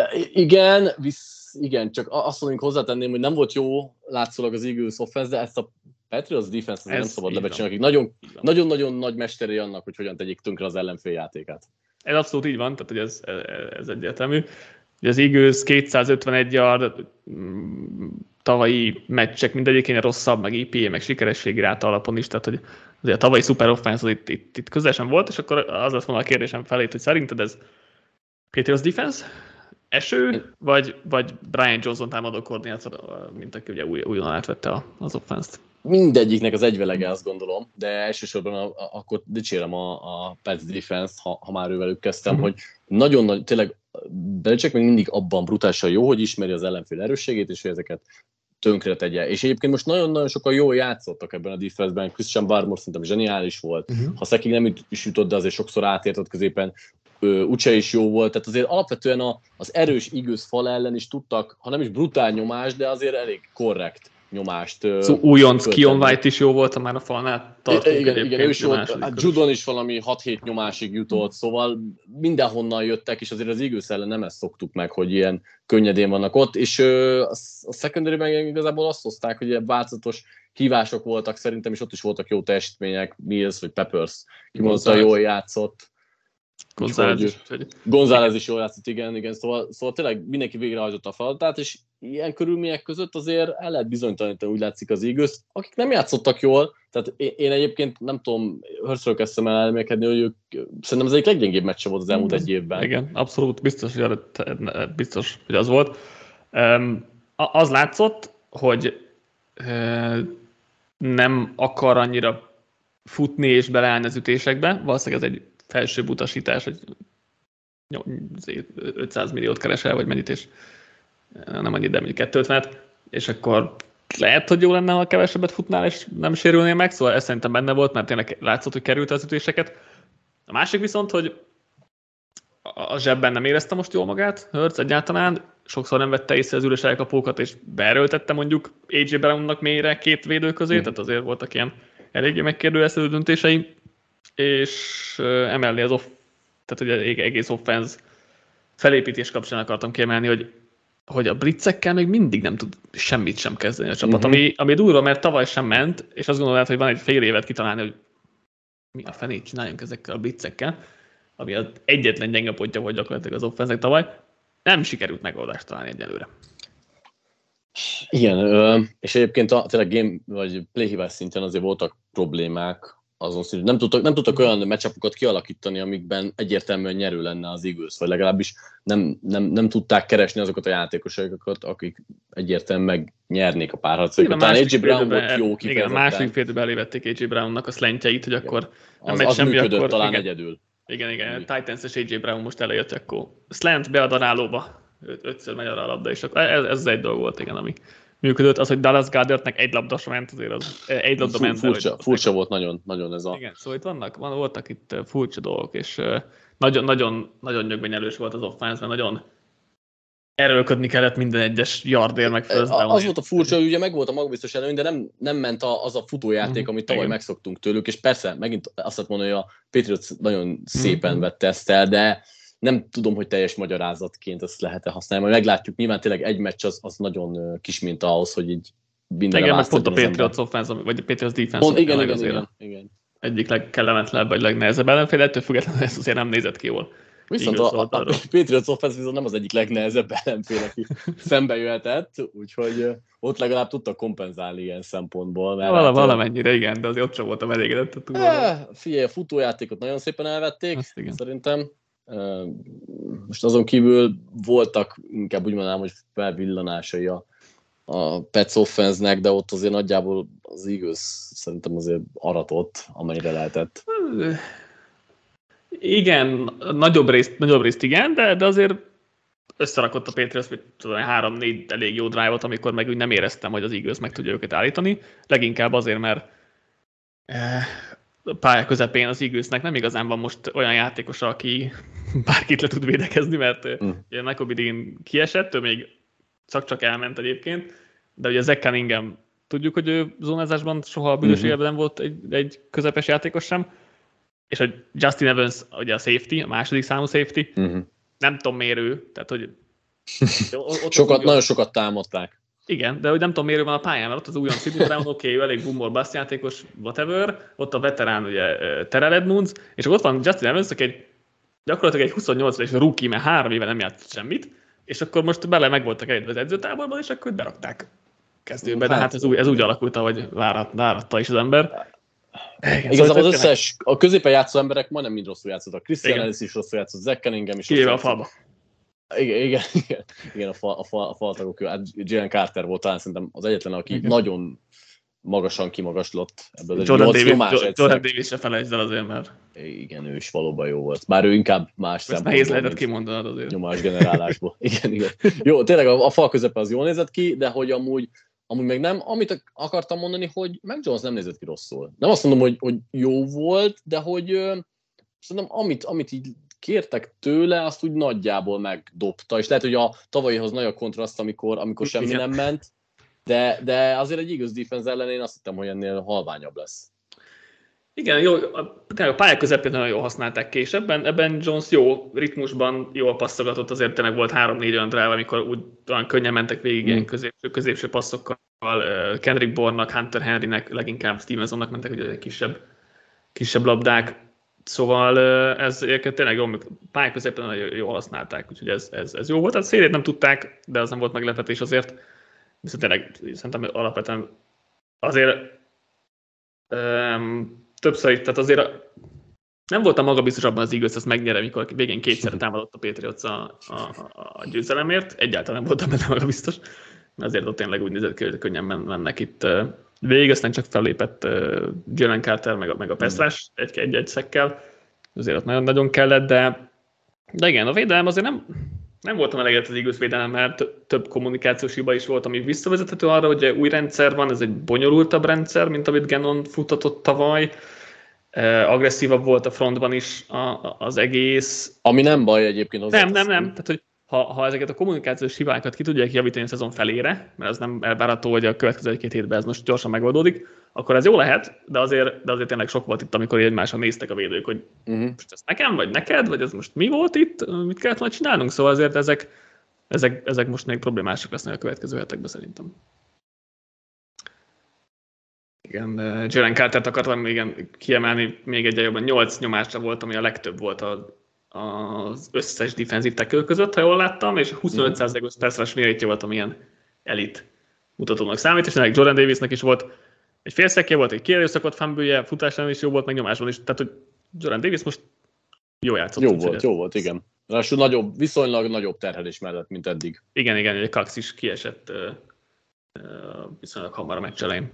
Igen, csak azt mondjuk hozzátenném, hogy nem volt jó látszólag az Eagles offense, de ezt a Patriots defense nem szabad lebecsülni, akik nagyon-nagyon nagy mesterei annak, hogy hogyan tegyék tönkre az ellenfél játékát. Ez abszolút így van, tehát hogy ez egyértelmű. Ugye az Eagles 251 yard tavalyi meccsek mindegyikénél rosszabb, meg EPA, meg sikerességi ráta alapon is, tehát hogy azért a tavalyi szuper offense az itt közel sem volt, és akkor az lesz volna a kérdésem felét, hogy szerinted ez Patriots defense, eső, vagy Brian Johnson támadó koordinátor, mint aki ugye újonnan átvette az offense-t? Mindegyiknek az egyvelege, azt gondolom, de elsősorban akkor dicsérem a Pats defense, ha már ővelük kezdtem, hogy nagyon nagy, tényleg Belichick még mindig abban brutálisan jó, hogy ismeri az ellenfél erősségét, és hogy ezeket tönkre tegye. És egyébként most nagyon-nagyon sokan jól játszottak ebben a defense-ben. Christian Barmore szerintem zseniális volt. Ha Szekig nem is jutott, de azért sokszor átértott középen. Uche is jó volt, tehát azért alapvetően az erős Eagles fal ellen is tudtak, ha nem is brutál nyomást, de azért elég korrekt nyomást. Újonc, Keon White is jó volt, már a falnál tartunk. Igen, ő is volt. Judon is valami 6-7 nyomásig jutott, szóval mindenhonnan jöttek, és azért az Eagles ellen nem ezt szoktuk meg, hogy ilyen könnyedén vannak ott, és a secondary-ben igazából azt hozták, hogy ilyen változatos hívások voltak szerintem, és ott is voltak jó teljesítmények, Mills vagy Peppers, kimondottan jól játszott. González is jól játszott, igen. Szóval tényleg mindenki végrehajtotta a feladatát, és ilyen körülmények között azért el lehet bizonytalanítani, úgy látszik az Eagles, akik nem játszottak jól, tehát én egyébként nem tudom, Hurstről kezdtem el elmélkedni, hogy ők szerintem az egyik leggyengébb meccse volt az elmúlt egy évben. Igen, abszolút biztos, hogy az volt. Az látszott, hogy nem akar annyira futni és beleállni az ütésekbe, valószínűleg ez egy felsőbb utasítás, hogy 500 milliót keresel, vagy mennyit, és nem annyit, de mondjuk 250-et, és akkor lehet, hogy jó lenne, ha kevesebbet futnál, és nem sérülnél meg, szóval ez szerintem benne volt, mert tényleg látszott, hogy került az ütéseket. A másik viszont, hogy a zsebben nem érezte most jól magát, Hurts egyáltalán, sokszor nem vette észre az üres elkapókat, és beerőltette mondjuk AJ Brownnak mélyre két védő közé, tehát azért voltak ilyen eléggé megkérdőjelezhető döntései, és emellé tehát ugye egész offense felépítés kapcsán akartam kiemelni, hogy a blitzekkel még mindig nem tud semmit sem kezdeni a csapat, ami durva, mert tavaly sem ment, és azt gondolod, hogy van egy fél évet kitalálni, hogy mi a fenét csináljunk ezekkel a blitzekkel, ami az egyetlen gyenge pontja volt gyakorlatilag az offense tavaly, nem sikerült megoldást találni egyelőre. Igen, és egyébként tényleg game vagy playhívás szinten azért voltak problémák, azon szintén nem tudtak olyan matchupokat kialakítani, amikben egyértelműen nyerő lenne az Eagles, vagy legalábbis nem tudták keresni azokat a játékosokat, akik egyértelműen megnyernék a párharcot. Talán AJ Brown volt jó kifejezetten. Igen, a második félidőben elévették AJ Brownnak a slantjeit, hogy akkor nem megy az semmi, működött akkor talán egyedül. Igen, Titans-es AJ Brown most elejött, akkor slant bead a nálóba, 5-ször megy arra a labda, és akkor ez egy dolog volt, igen, ami működött. Az, hogy Dallas Goedertnek egy labda sem ment, azért az egy labda ment. Furcsa volt nagyon ez a... Igen, szóval itt voltak itt furcsa dolgok, és nagyon nyögvenyelős volt az offense, nagyon erőlködni kellett minden egyes yardért, meg first down. Az volt a furcsa, hogy ugye megvolt a magabiztos előny, de nem ment az a futójáték, amit tavaly megszoktunk tőlük, és persze, megint azt lehet mondani, hogy a Patriots nagyon szépen vette ezt el, de nem tudom, hogy teljes magyarázatként ezt lehet-e használni, majd meglátjuk, nyilván tényleg egy meccs az nagyon kis minta ahhoz, hogy így mindenre választodjon az ember. Igen, pont a Patriots offense, vagy a Patriots defense. Igen. Egyik legkellemetlenebb, vagy legnehezebb ellenfél, ettől függetlenül ez azért nem nézett ki jól. Viszont a Patriots offense viszont nem az egyik legnehezebb ellenfél, aki szembe jöhetett, úgyhogy ott legalább tudtak kompenzálni ilyen szempontból. Valamennyire igen, de azért ott sem voltam elégedett a túlról. Figyelj, a futójátékot nagyon szépen elvették, szerintem. Most azon kívül voltak, inkább úgy mondanám, hogy felvillanásai a Pets offense-nek, de ott azért nagyjából az Eagles szerintem azért aratott, amennyire lehetett. Igen, nagyobb részt igen, de azért összerakott a Patriots 3-4 elég jó drive-ot, amikor meg úgy nem éreztem, hogy az Eagles meg tudja őket állítani. Leginkább azért, mert pálya közepén az Eaglesnek nem igazán van most olyan játékosa, aki bárkit le tud védekezni, mert ugye Nakobe Dean kiesett, ő még csak elment egyébként, de ugye Zach Cunningham, tudjuk, hogy ő zónázásban soha a bűnös életben nem volt egy közepes játékos sem, és a Justin Evans, ugye a safety, a második számú safety, nem tudom miért ő, tehát hogy... Nagyon sokat támadták. Igen, de hogy nem tudom miért van a pályán, mert ott az újon Sidney Brown, oké, elég boom bust játékos, whatever, ott a veterán ugye Terrell Edmunds, és ott van Justin Evans, aki gyakorlatilag egy 28 éves rookie, mert 3 éve nem játszott semmit, és akkor most bele meg voltak egyedül az edzőtáborban, és akkor berakták kezdőbe, de hát ez úgy alakult, ahogy váratta is az ember. Igazából az összes, a középen játszó emberek majdnem mind rosszul játszottak. Christian Ellis is rosszul játszott, Zach Cunningham is rosszul játszott. Kivéve a falba. Igen, a faltagok. Hát Jalen Carter volt talán szerintem az egyetlen, aki nagyon magasan kimagaslott ebből az Jordan Davis-re felejtsd el azért, mert... Igen, ő is valóban jó volt. Bár ő inkább más szempontból. Nehéz lehetett kimondanod azért. Nyomásgenerálásból. Igen. Jó, tényleg a fal közepe az jól nézett ki, de hogy amúgy meg nem. Amit akartam mondani, hogy Mac Jones nem nézett ki rosszul. Nem azt mondom, hogy jó volt, de hogy szerintem amit így kértek tőle, azt úgy nagyjából megdobta, és lehet, hogy a tavalyihoz nagy a kontraszt, amikor semmi nem ment, de azért egy Eagles defense ellen én azt hittem, hogy ennél halványabb lesz. Igen, jó, a pályák közepén nagyon jól használták később, ebben Jones jó ritmusban jól passzogatott, azért tényleg volt 3-4 olyan drive, amikor úgy olyan könnyen mentek végig ilyen középső passzokkal, Kendrick Bourne-nak, Hunter Henrynek, leginkább Stevensonnak mentek, ugye kisebb labdák, szóval ez tényleg jó, pályák közepén nagyon jól használták, úgyhogy ez jó volt. Hát szélét nem tudták, de az nem volt meglepetés azért, viszont tényleg szerintem alapvetően azért többször, tehát azért nem voltam magabiztos abban az Eagles, ezt megnyerem, amikor végén kétszer támadott a Patriots a győzelemért. Egyáltalán nem voltam benne magabiztos, mert azért ott tényleg úgy nézett ki, hogy könnyen mennek itt végig, aztán csak fellépett Jalen Carter, meg a Pestrás egy szekkel. Azért ott nagyon kellett, de igen, a védelem azért nem voltam elégedett az Eagles védelem, mert több kommunikációs hiba is volt, ami visszavezethető arra, hogy új rendszer van, ez egy bonyolultabb rendszer, mint amit Gannon futtatott tavaly. Agresszívabb volt a frontban is az egész. Ami nem baj egyébként. Nem. Tehát, hogy ha ezeket a kommunikációs hibákat ki tudják javítani a szezon felére, mert az nem elvárható, hogy a következő 1-2 hétben ez most gyorsan megoldódik, akkor ez jó lehet, de azért tényleg sok volt itt, amikor egymásra néztek a védők, hogy most ez nekem, vagy neked, vagy ez most mi volt itt, mit kellett majd csinálnunk, szóval azért ezek most még problémások lesznek a következő hetekben szerintem. Igen, Jalen Cartert akartam kiemelni még egy jobban, 8 nyomásra volt, ami a legtöbb volt az összes defensív tackle között, ha jól láttam, és 25%-os pass mérétje volt, amilyen elit mutatónak számít, és ennek Jordan Davisnek is volt egy félszekje, volt egy kierőszakott fumble-je, futásán is jó volt, meg nyomásban is, tehát hogy Jordan Davis most jó játszott. Jó volt, igen. Ráadásul viszonylag nagyobb terhelés mellett, mint eddig. Igen, egy Cox is kiesett viszonylag hamar a meccs elején.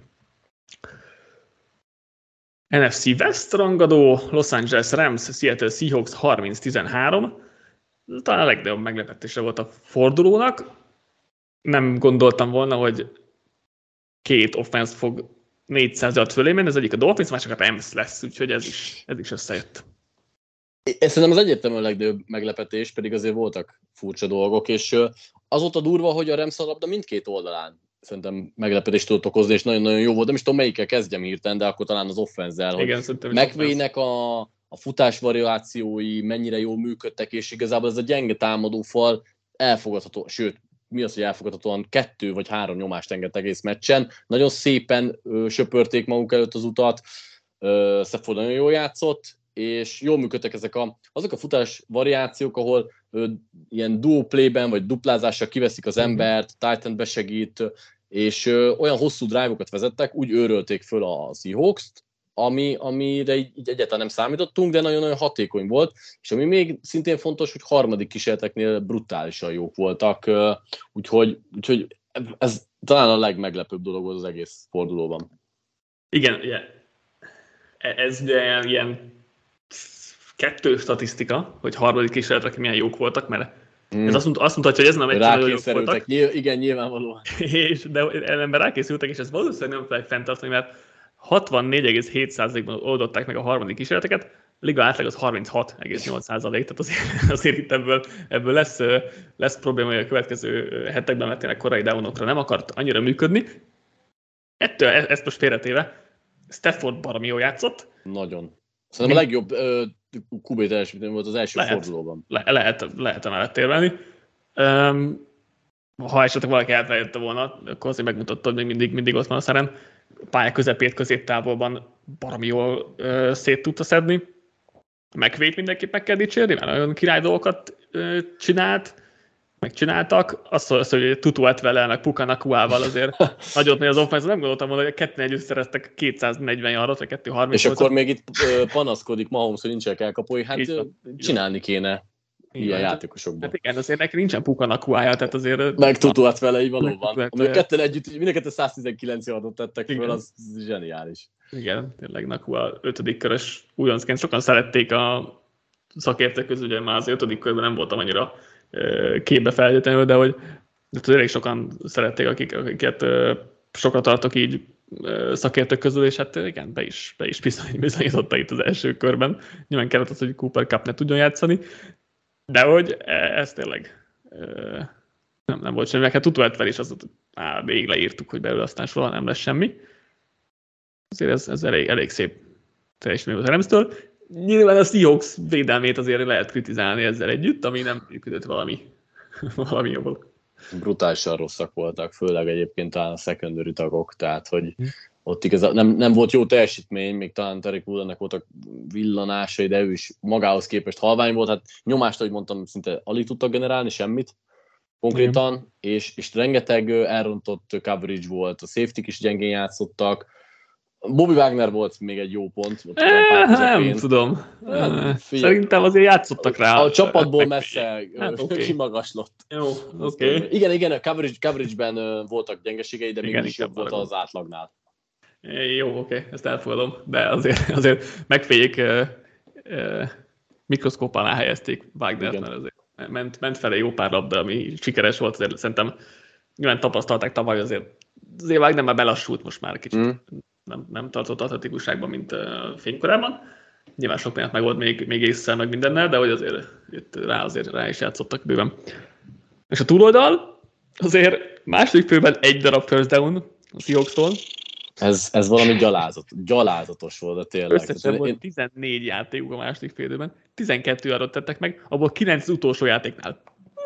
NFC West rangadó, Los Angeles Rams, Seattle Seahawks 30-13. Talán a legnagyobb meglepetése volt a fordulónak. Nem gondoltam volna, hogy két offense fog 400 yard fölé menni, az egyik a Dolphins, másik a Rams lesz, úgyhogy ez is összejött. Ez szerintem az egyértelműen a legnagyobb meglepetés, pedig azért voltak furcsa dolgok, és azóta durva, hogy a Rams a labda mindkét oldalán szerintem meglepetést tudott okozni, és nagyon-nagyon jó volt. Nem is tudom, melyikkel kezdjem hirtelen, de akkor talán az offense-el, hogy McVay-nek a futás variációi mennyire jól működtek, és igazából ez a gyenge támadó fal elfogadható, sőt, mi az, hogy elfogadhatóan 2 vagy 3 nyomást engedtek egész meccsen. Nagyon szépen söpörték maguk előtt az utat, Stafford nagyon jól játszott, és jól működtek azok a futás variációk, ahol ilyen duo playben vagy duplázással kiveszik az embert, Titan besegít, és olyan hosszú drive-okat vezettek, úgy őrölték föl a Seahawks-t, amire így egyáltalán nem számítottunk, de nagyon-nagyon hatékony volt, és ami még szintén fontos, hogy harmadik kísérleteknél brutálisan jók voltak, úgyhogy ez talán a legmeglepőbb dolog volt az egész fordulóban. Igen, ez ilyen 2 statisztika, hogy harmadik kísérletek milyen jók voltak, mert ez azt mutatja, hogy ez nem egyszerűen jók voltak. Igen, nyilvánvalóan. De ellenben rákészültek, és ez valószínűleg nem fogják fenntartani, mert 64,7%-ban oldották meg a harmadik kísérleteket, a liga átlag az 36,8%, tehát azért itt ebből lesz probléma, hogy a következő hetekben, mert tényleg korai downokra nem akart annyira működni. Ezt most félretéve, Stafford baromi jól játszott. Nagyon. Szerintem a legjobb QB teljesítmény volt az első fordulóban. Lehet emellett érvelni. Ha esetleg valaki elfelejtette volna, akkor azért megmutatta, hogy még mindig ott van a szeren. Pálya közepét, középtávolban baromi jól szét tudta szedni. McVay-t mindenképp meg kell dicsérni, mert nagyon király dolgokat megcsináltak. Azt, hogy Tutu Atwell-el, meg Puka Nakuával azért nagyot megy az offense, nem gondoltam volna, hogy ketten együtt szereztek 240 yardot, vagy 230. És akkor még itt panaszkodik Mahomes, hogy nincsenek elkapói, hát csinálni kéne ilyen játékosokban. Hát igen, azért neki nincsen Puka Nakuája, tehát azért... Meg Tutu Atwell-ei valóban. Amíg ketten együtt, mindenketten 119 yardot tettek föl, az zseniális. Igen, tényleg Nakua 5. körös újoncként. Sokan szerették a szakértők közül, ugye már az 5. körben nem voltam annyira képbe feltétlenül, de hogy elég sokan szerették, akiket sokat tartok így szakértők közül, és hát igen, be is bizonyította itt az első körben. Nyilván kellett az, hogy Cooper Kupp ne tudjon játszani, de hogy ez tényleg nem volt semmi, meg hát Tutuetvel is azt végig leírtuk, hogy belőle aztán soha nem lesz semmi. Azért ez elég szép teljesítmény volt a Ramstől. Nyilván a Seahawks védelmét azért lehet kritizálni ezzel együtt, ami nem működött valami jól. Brutálisan rosszak voltak, főleg egyébként talán a secondary tagok, tehát hogy ott igazából nem volt jó teljesítmény, még talán Tariq Woolennek voltak villanásai, de ő is magához képest halvány volt, hát nyomást, ahogy mondtam, szinte alig tudtak generálni, semmit konkrétan, és rengeteg elrontott coverage volt, a safety-k is gyengén játszottak. Bobby Wagner volt még egy jó pont. Nem tudom. Szerintem azért játszottak rá. A csapatból messze kimagaslott. Jó, oké. Igen, a coverage-ben voltak gyengeségei, de mégis jobb volt az átlagnál. Jó, oké, ezt elfogadom, de azért megféljék, mikroszkóp alá helyezték Wagnert, mert azért ment felé jó pár labda, ami sikeres volt, azért szerintem nyilván tapasztalták tavaly, azért Wagner már belassult most már kicsit. Nem tartott atletikusságban, mint fénykorában. Nyilván sok mindent meg volt még észszel, meg mindennel, de hogy azért rá is játszottak bőven. És a túloldal azért második félben egy darab first down a Seahawks-tól. Ez valami gyalázatos volt, de tényleg. Összesen volt 14 játékuk a második félidőben, 12 yardot tettek meg, abból 9 az utolsó játéknál.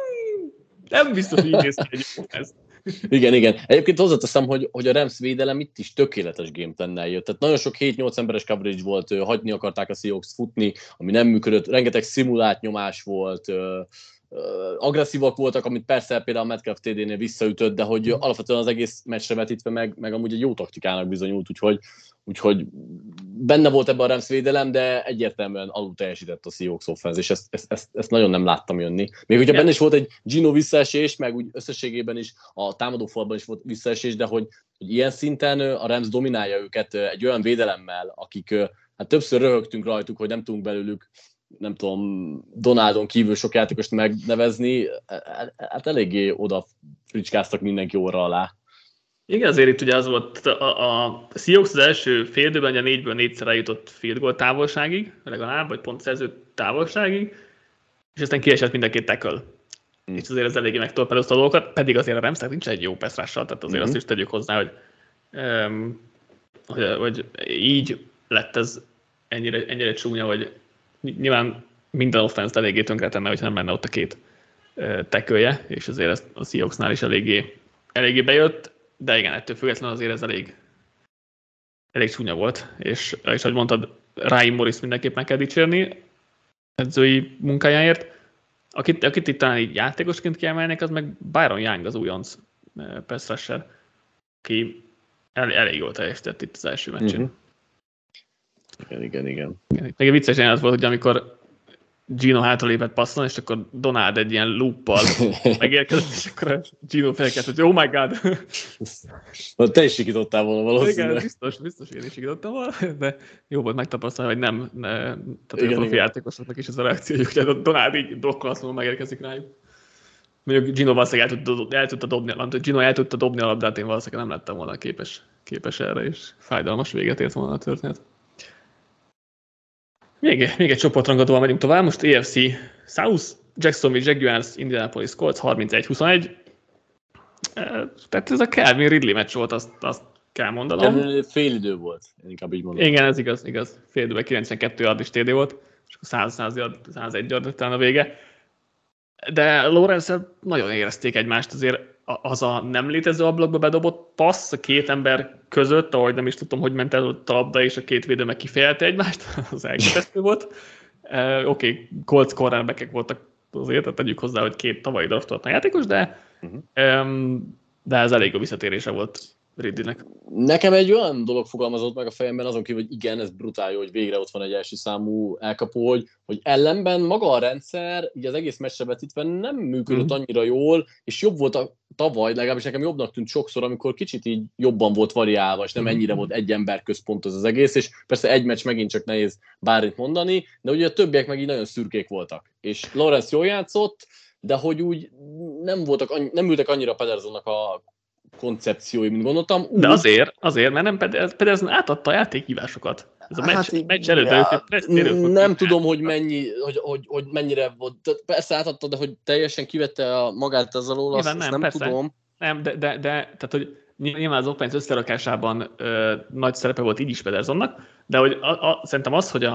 Nem biztos, hogy így néz ki egy ez. Igen. Egyébként hozzáteszem, hogy a Rams védelem itt is tökéletes gameplannel jött. Tehát nagyon sok 7-8 emberes coverage volt, hagyni akarták a Seahawks futni, ami nem működött, rengeteg szimulált nyomás volt, agresszívak voltak, amit persze például a Metcalf TD-nél visszaütött, de hogy alapvetően az egész meccsre vetítve meg amúgy egy jó taktikának bizonyult, úgyhogy benne volt ebben a Rams védelem, de egyértelműen alul teljesített a Seahawks offense, és ezt nagyon nem láttam jönni. Még hogyha benne is volt egy Gino visszaesés, meg úgy összességében is a támadófalban is volt visszaesés, de hogy ilyen szinten a Rams dominálja őket egy olyan védelemmel, akik hát többször röhögtünk rajtuk, hogy nem tudunk belőlük, nem tudom, Donaldon kívül sok játékost megnevezni, hát eléggé oda fricskáztak mindenki óra alá. Igen, azért itt ugye az volt, a Seahawks az első fél időben ugye 4-ből 4-szer eljutott field goal távolságig, legalább, vagy pontszerző távolságig, és aztán kiesett mind a két tackle. És azért ez eléggé megtorpedozta a dolgokat, pedig azért a Ramsnek nincs egy jó pass rush-sal, tehát azért azt is tegyük hozzá, hogy így lett ez ennyire csúnya, hogy nyilván minden offense eléggé tönkretenne, hogyha nem lenne ott a két tackle-je, és azért ez a Seahawksnál is eléggé bejött, de igen, ettől függetlenül azért ez elég csúnya volt, és ahogy mondtad, Ryan Morris mindenképp meg kell dicsérni edzői munkájáért. Akit itt talán így játékosként kiemelnék, az meg Byron Young, az újonc pass rusher, aki elég jól teljesített itt az első meccsén. Igen. Még egy vicces jelenet volt, hogy amikor Gino hátralépett passzon, és akkor Donald egy ilyen looppal megérkezett, és akkor Gino felkelt, hogy oh my god! Te is sikítottál volna valószínűleg. Igen, biztos én is sikítottam volna, de jó volt megtapasztalni, hogy nem, tehát a profi játékosoknak is ez a reakciójuk, hogy Donald így dokkolatlanul megérkezik rájuk. Mondjuk Gino valószínűleg el tudta dobni a labdát, én valószínűleg nem lettem volna képes erre, és fájdalmas véget ért volna a történet. Még egy csoportrangadóval megyünk tovább, most AFC South, Jacksonville Jaguars, Indianapolis Colts 31-21. Tehát ez a Calvin Ridley meccs volt, azt kell mondanom. Fél idő volt, inkább így mondom. Igen, ez igaz. Fél időben 92 yard is TD volt, és 101 yard talán a vége. De Lawrence-el nagyon érezték egymást, azért az a nem létező ablakba bedobott passz a két ember között, ahogy nem is tudtam, hogy ment el a labda, és a két védő meg kifejelte egymást, az elképesztő volt. Oké, Colts cornerbackek voltak azért, tehát tegyük hozzá, hogy két tavalyi draftolatlan játékos, de ez elég a visszatérése volt Ridleynek. Nekem egy olyan dolog fogalmazott meg a fejemben, azon kívül, hogy igen, ez brutál, hogy végre ott van egy első számú elkapó, hogy ellenben maga a rendszer, így az egész meccsre vetítve nem működött annyira jól, és jobb volt tavaly, legalábbis nekem jobbnak tűnt sokszor, amikor kicsit így jobban volt variálva, és nem ennyire volt egy ember központ az egész, és persze egy meccs megint csak nehéz bármit mondani, de ugye a többiek meg így nagyon szürkék voltak. És Lawrence jól játszott, de hogy úgy nem ültek annyira Pedersonnak a koncepciói, mint gondoltam. De azért, mert nem Pedersen átadta a játékhívásokat. Ez a meccs előtt. Nem tudom, hogy mennyire volt. Persze átadta, de hogy teljesen kivette magát ez alól, azt nem tudom. Nem, de tehát, hogy nyilván az offense összerakásában nagy szerepe volt így is Pedersonnak, de hogy szerintem az, hogy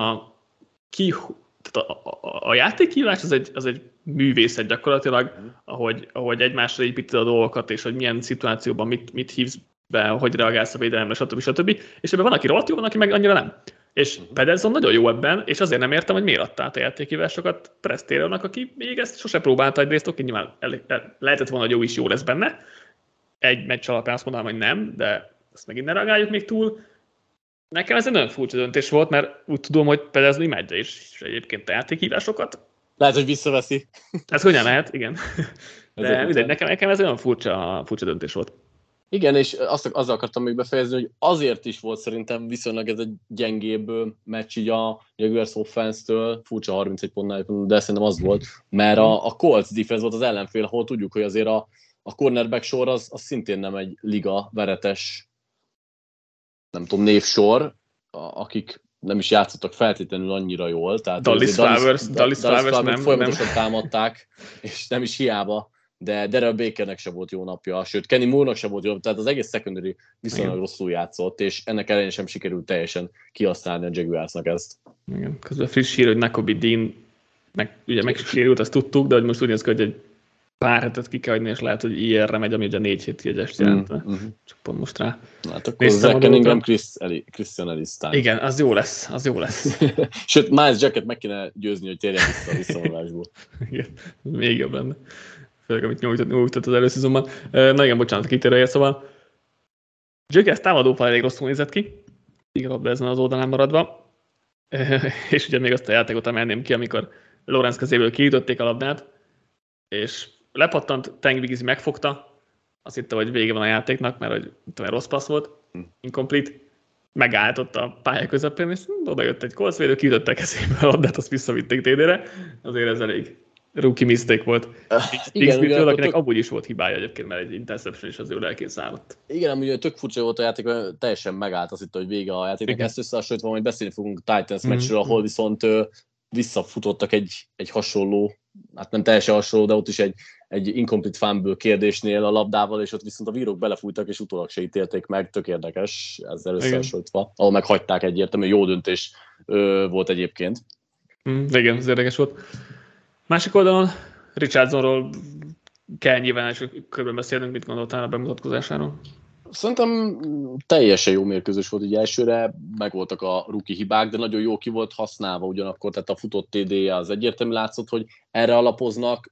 a játékhívás az egy művészet gyakorlatilag, ahogy egymásra építed a dolgokat, és hogy milyen szituációban mit hívsz be, hogy reagálsz a védelemre, stb. És ebben van, aki rohadt jó, van, aki meg annyira nem. És Pedersen nagyon jó ebben, és azért nem értem, hogy miért adta át a játékhívásokat Prestérőnek, aki még ezt sose próbálta egyrészt, nyilván lehetett volna, hogy jó is jó lesz benne. Egy meccs alapján azt mondanám, hogy nem, de ezt megint ne reagáljuk még túl. Nekem ez egy nagyon furcsa döntés volt, mert úgy tudom, hogy Pedersen imádja is egyébként a játékhívásokat. Lehet, hogy visszaveszi. Ez hogyan lehet, igen. De mindegy, nekem ez olyan furcsa döntés volt. Igen, és azzal akartam még befejezni, hogy azért is volt szerintem viszonylag ez egy gyengébb meccs így a Jaguars offense-től, furcsa 31 pontnál, de szerintem az volt, mert a Colts defense volt az ellenfél, ahol tudjuk, hogy azért a cornerback sor az szintén nem egy liga veretes, nem tudom, névsor, akik nem is játszottak feltétlenül annyira jól. Tehát Dallas Flowers nem. Folyamatosan támadták, és nem is hiába, de Darrell Bakernek se volt jó napja, sőt Kenny Moore-nak se volt jó, tehát az egész secondary viszonylag rosszul játszott, és ennek ellenére sem sikerült teljesen kihasználni a Jaguarsnak ezt. Igen, közben friss hír, hogy Nakobe Dean ugye megsérült, azt tudtuk, de hogy most úgy néz ki, hogy egy pár hetet ki kell hagyni, és lehet, hogy IR-re megy, ami ugye 4 hét jegyest jelentve. Csak pont most rá. Hát akkor Zach Cunningham, Christian Ellis time. Igen, az jó lesz. Sőt, Miles Jacket meg kéne győzni, hogy térjen vissza a visszavonulásból. Igen, még jobb lenne. Főleg, amit nyújtott az előszezonban. Na igen, bocsánat, kitérője, szóval Jaguars támadófal elég rosszul nézett ki. Igen, labda ezen az oldalán maradva. És ugye még azt a játékot emelném ki, amikor Lawrence kezéből kiütötték a labdát, és lepattant, Tank Bigsby megfogta, azt hitte, hogy vége van a játéknak, mert hogy rossz passz volt, incomplete, megállt ott a pálya közepén, és oda jött egy Colts védő, kiütötte a kezéből a labdát, azt visszavitték TD-re, azért ez rookie mistake volt. Igen, Bigsby valakinek amúgy is volt hibája egyébként, mert egy interception is az ő lelkén szállott. Igen, amúgy tök furcsa volt a játék, teljesen megállt azt itt, hogy vége a játéknak. Ezt összehasonlítva, majd beszélni fogunk Titans meccsről, ahol viszont visszafutottak egy hasonló, hát nem teljesen hasonló, de ott is egy incomplete fumble kérdésnél a labdával, és ott viszont a bírok belefújtak, és utólag se ítélték meg, tök érdekes ezzel összehasonlítva, ahol meghagyták egyértelmű, jó döntés volt egyébként. Igen, ez érdekes volt. Másik oldalon Richardsonról kell nyilván első körben beszélnünk, mit gondoltál a bemutatkozásáról? Szerintem teljesen jó mérkőzés volt így elsőre, megvoltak a rookie hibák, de nagyon jó ki volt használva ugyanakkor, tehát a futott TD-je az egyértelmű látszott, hogy erre alapoznak.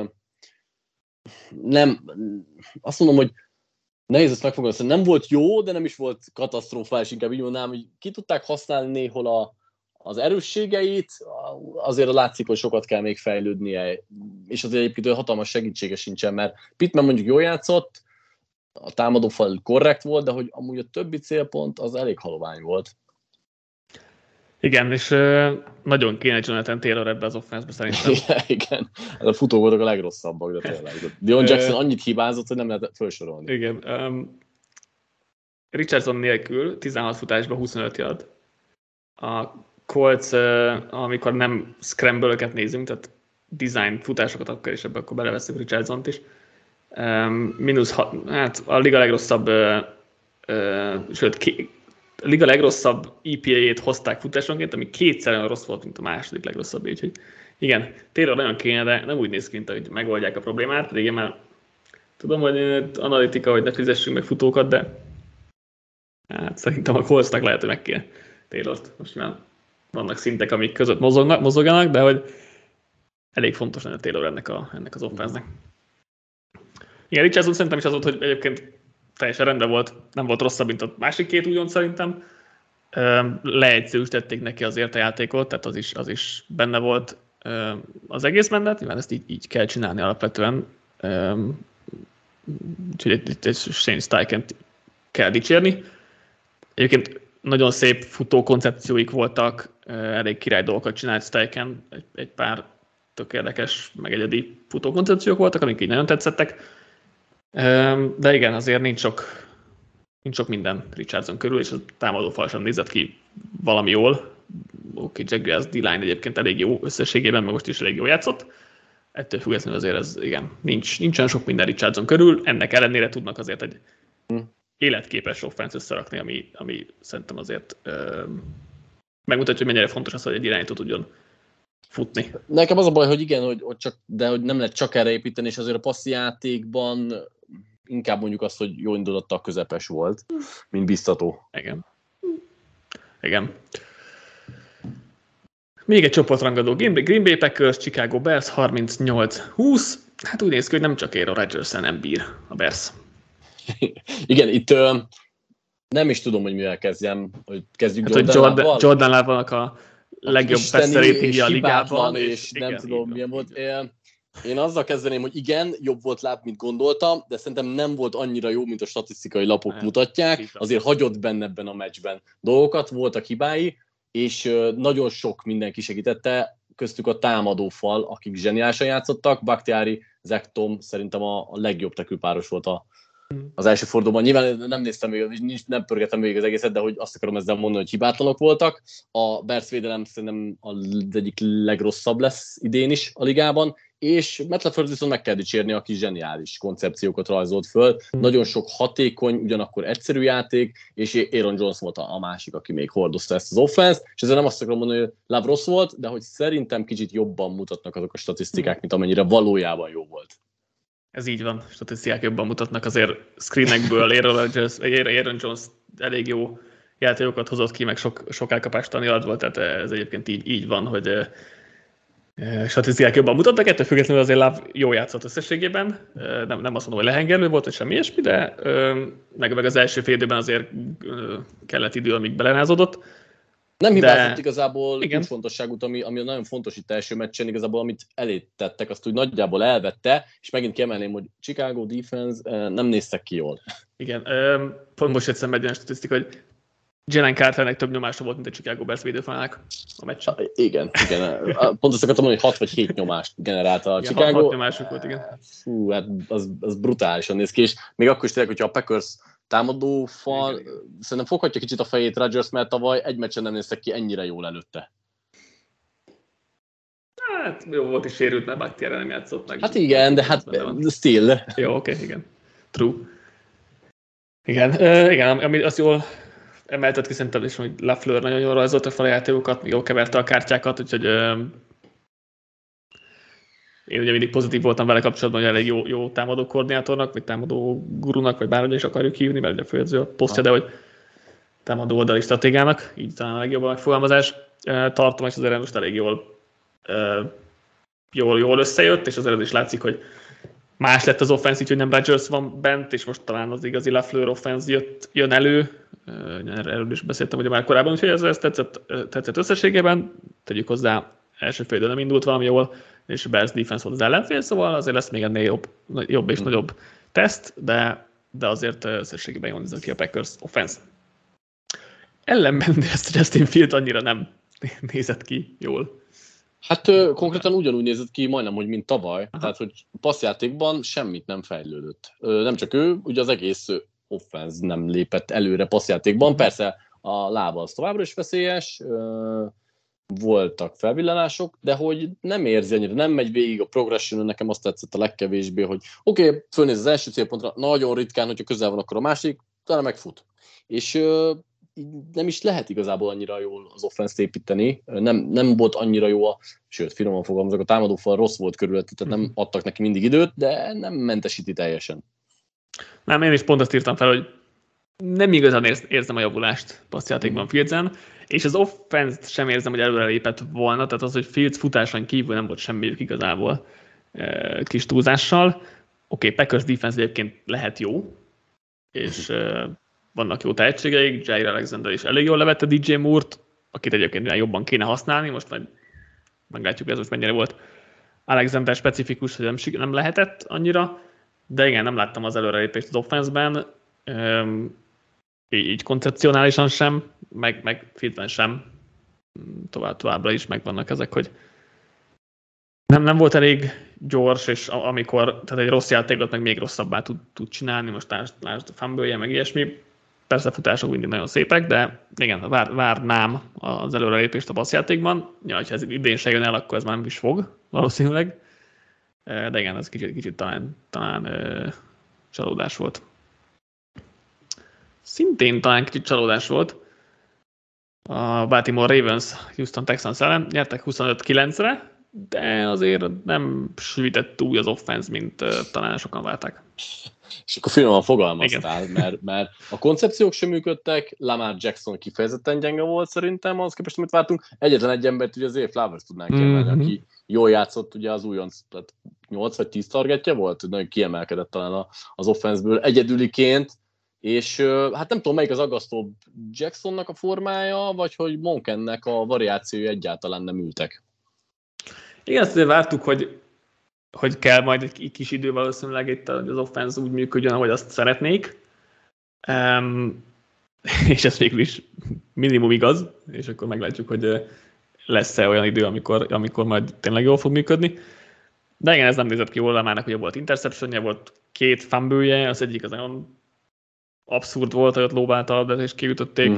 Nem, azt mondom, hogy nehéz ezt megfogalmazni, nem volt jó, de nem is volt katasztrofális, inkább így mondanám, hogy ki tudták használni néhol az erősségeit, azért látszik, hogy sokat kell még fejlődnie, és azért egyébként hatalmas segítsége sincsen, mert Pittman mondjuk jól játszott, a támadófal korrekt volt, de hogy amúgy a többi célpont az elég halovány volt. Igen, és nagyon kéne Jonathan Taylor ebbe az offenszbe szerintem. Igen, a futók voltak a legrosszabbak, de tényleg. Dion Jackson annyit hibázott, hogy nem lehet felsorolni. Igen. Richardson nélkül 16 futásban 25 yard. A Colts, amikor nem scramble-öket nézünk, tehát design futásokat akar, és ebbe akkor beleveszünk Richardsont is. Hát a liga legrosszabb, sőt, a liga legrosszabb EPA-jét hozták futásonként, ami kétszer olyan rossz volt, mint a második legrosszabb, úgyhogy igen, Taylor nagyon kéne, de nem úgy néz ki, mint hogy megoldják a problémát, pedig én már tudom, hogy analitika, hogy ne fizessünk meg futókat, de hát szerintem a Coltsnak lehet, hogy meg kéne Taylort. Most már vannak szintek, amik között mozognak, de hogy elég fontos lenne Taylor ennek az offense-nek. Igen, Richardson szerintem is az volt, hogy egyébként teljesen rendben volt, nem volt rosszabb, mint a másik két újonc szerintem. Leegyszerűsítették neki azért a játékot, tehát az is benne volt az egész mennet, nyilván ezt így kell csinálni alapvetően. Úgyhogy itt Shane Steichen-t kell dicsérni. Egyébként nagyon szép futó koncepcióik voltak, elég király dolgokat csinált Steichen, egy pár tök érdekes, meg egyedi futó koncepciók voltak, amik így nagyon tetszettek. De igen, azért nincs sok minden Richardson körül, és a támadófal sem nézett ki valami jól. Oké, Jack Grass D-line egyébként elég jó összességében, meg most is elég jól játszott. Ettől függetlenül azért ez, igen, nincsen sok minden Richardson körül, ennek ellenére tudnak azért egy életképes offense összerakni, ami szerintem azért megmutatja, hogy mennyire fontos az, hogy egy irányító tudjon futni. Nekem az a baj, hogy igen, hogy nem lehet csak erre építeni, és azért a passzi játékban inkább mondjuk azt, hogy jó indulattal közepes volt, mint biztató. Igen. Még egy csoportrangadó. Green Bay Packers, Chicago Bears 38-20. Hát úgy néz ki, hogy nem csak Aaron Rodgers-en nem bír a Bears. Igen, itt nem is tudom, hogy mivel kezdjem. Hogy kezdjük hát, Jordan Love-nak a legjobb passer ratingje a ligában. És igen, nem tudom, milyen volt. Én azzal kezdeném, hogy igen, jobb volt láb, mint gondoltam, de szerintem nem volt annyira jó, mint a statisztikai lapok mutatják. Azért hagyott benne ebben a meccsben dolgokat, voltak hibái, és nagyon sok mindenki segítette, köztük a támadófal, akik zseniálisan játszottak. Bakhtiari, Zach Tom szerintem a legjobb tekülpáros volt az első fordulóban. Nyilván nem néztem még, nem pörgettem még az egészet, de hogy azt akarom ezzel mondani, hogy hibátlanok voltak. A Bears védelem szerintem az egyik legrosszabb lesz idén is a ligában, és Matt LaFleur viszont meg kell dicsérni, aki zseniális koncepciókat rajzolt föl. Nagyon sok hatékony, ugyanakkor egyszerű játék, és Aaron Jones volt a másik, aki még hordozta ezt az offense, és ezzel nem azt akarom mondani, hogy Love rossz volt, de hogy szerintem kicsit jobban mutatnak azok a statisztikák, mint amennyire valójában jó volt. Ez így van, statisztikák jobban mutatnak, azért screenekből Aaron Jones elég jó játékokat hozott ki, meg sok elkapástani ad volt, tehát ez egyébként így van, hogy statisztikák jobban mutatnak, ettől függetlenül azért Love jó játszott összességében, nem azt mondom, hogy lehengerlő volt, vagy semmi ilyesmi, de meg az első fél időben azért kellett idő, amíg belenázódott. Nem hibázott igazából kulcsfontosságút, ami nagyon fontos itt első meccsen, igazából amit elé tettek, azt úgy nagyjából elvette, és megint kiemelném, hogy Chicago defense nem néztek ki jól. Igen, pont most egyszer megy olyan statisztika, hogy Jalen Carternek több nyomása volt, mint a Chicago Bears védőfalának a meccsen. Igen. Pont azt akartam mondani, hogy 6 vagy 7 nyomást generálta a Chicago. 6 nyomásuk volt, igen. Fú, hát az brutálisan néz ki, és még akkor is tényleg, hogyha a Packers támadó fal, szerintem foghatja kicsit a fejét Rodgers, mert tavaly egy meccsen nem néztek ki ennyire jól előtte. Hát jó, volt is sérült, mert Bakhtiarra nem játszott meg. Hát igen, de hát still. Jó, oké, igen. True. Igen, ami azt jól emeltet ki szerintem is, hogy LaFleur nagyon jól rajzolta fel a játékokat, jól keverte a kártyákat, úgyhogy én ugye mindig pozitív voltam vele kapcsolatban, hogy elég jó támadó koordinátornak, vagy támadó gurunak, vagy bárhogy is akarjuk hívni, mert ugye főedző a posztja, de hogy támadó oldali stratégának, így talán a legjobb a megfogalmazás. Tartom, és azért most elég jól összejött, és azért is látszik, hogy más lett az offense, így, hogy nem Rodgers van bent, és most talán az igazi LaFleur offense jön elő. Erről is beszéltem ugye már korábban, úgyhogy ez tetszett összességében. Tegyük hozzá, első fél időn nem indult valami jól, és a Bears defense volt az ellenfél, szóval azért lesz még ennél jobb és nagyobb teszt, de azért összességében jól nézett ki a Packers offense. Ellenben ezt Justin Field annyira nem nézett ki jól. Hát konkrétan ugyanúgy nézett ki majdnem, hogy mint tavaly, tehát hogy passzjátékban semmit nem fejlődött. Nem csak ő, ugye az egész offense nem lépett előre passzjátékban, persze a lába az továbbra is veszélyes, voltak felvillanások, de hogy nem érzi annyira, nem megy végig a progression, nekem azt tetszett a legkevésbé, hogy oké, fölnéz az első célpontra, nagyon ritkán, hogyha közel van, akkor a másik, talán megfut. És nem is lehet igazából annyira jól az offense-t építeni, nem volt annyira jó sőt, finoman fogalmazok, a támadófal rossz volt körülött, tehát nem adtak neki mindig időt, de nem mentesíti teljesen. Nem, én is pont azt írtam fel, hogy nem igazán érzem a javulást passzjátékban Fieldsen, és az offense-t sem érzem, hogy előre lépett volna, tehát az, hogy Fields futáson kívül nem volt semmiük igazából kis túlzással. Oké, Packers defense egyébként lehet jó, és vannak jó tehetségeik, Jair Alexander is elég jól levette DJ Moore-t, akit egyébként jobban kéne használni, most majd meglátjuk, ez most mennyire volt Alexander specifikus, hogy nem lehetett annyira, de igen, nem láttam az előrelépést az offense-ben, így koncepcionálisan sem, meg fitben sem, továbbra is megvannak ezek, hogy nem volt elég gyors, és amikor tehát egy rossz játékot meg még rosszabbá tud csinálni, most lásd a fumble-je, meg ilyesmi. Persze a futások mindig nagyon szépek, de igen, várnám az előrelépést a passzjátékban. Ja, ha ez idén se jön el, akkor ez már nem is fog, valószínűleg. De igen, ez kicsit talán csalódás volt. Szintén talán kicsit csalódás volt. A Baltimore Ravens Houston Texans ellen nyertek 25-9-re, de azért nem sűvített úgy az offense, mint talán sokan várták. És akkor finoman fogalmaztál, mert a koncepciók sem működtek, Lamar Jackson kifejezetten gyenge volt szerintem, ahhoz képest, amit vártunk. Egyetlen egy embert ugye azért Flowers tudnánk kiemelni, aki jól játszott, ugye az újonc, tehát 8 vagy 10 targetje volt, nagyon kiemelkedett talán az offenseből egyedüliként, és hát nem tudom, melyik az aggasztóbb, Jacksonnak a formája, vagy hogy Monkennek a variációi egyáltalán nem ültek. Igen, azt azért vártuk, hogy kell majd egy kis idő valószínűleg itt az offense úgy működjön, ahogy azt szeretnék. És ez végül is minimum igaz, és akkor meglátjuk, hogy lesz-e olyan idő, amikor majd tényleg jól fog működni. De igen, ez nem nézett ki jól, Lamának ugye volt interceptionje, volt 2 fumble-je, az egyik az nagyon abszurd volt, hogy ott lóbált a labdát, és kiütötték.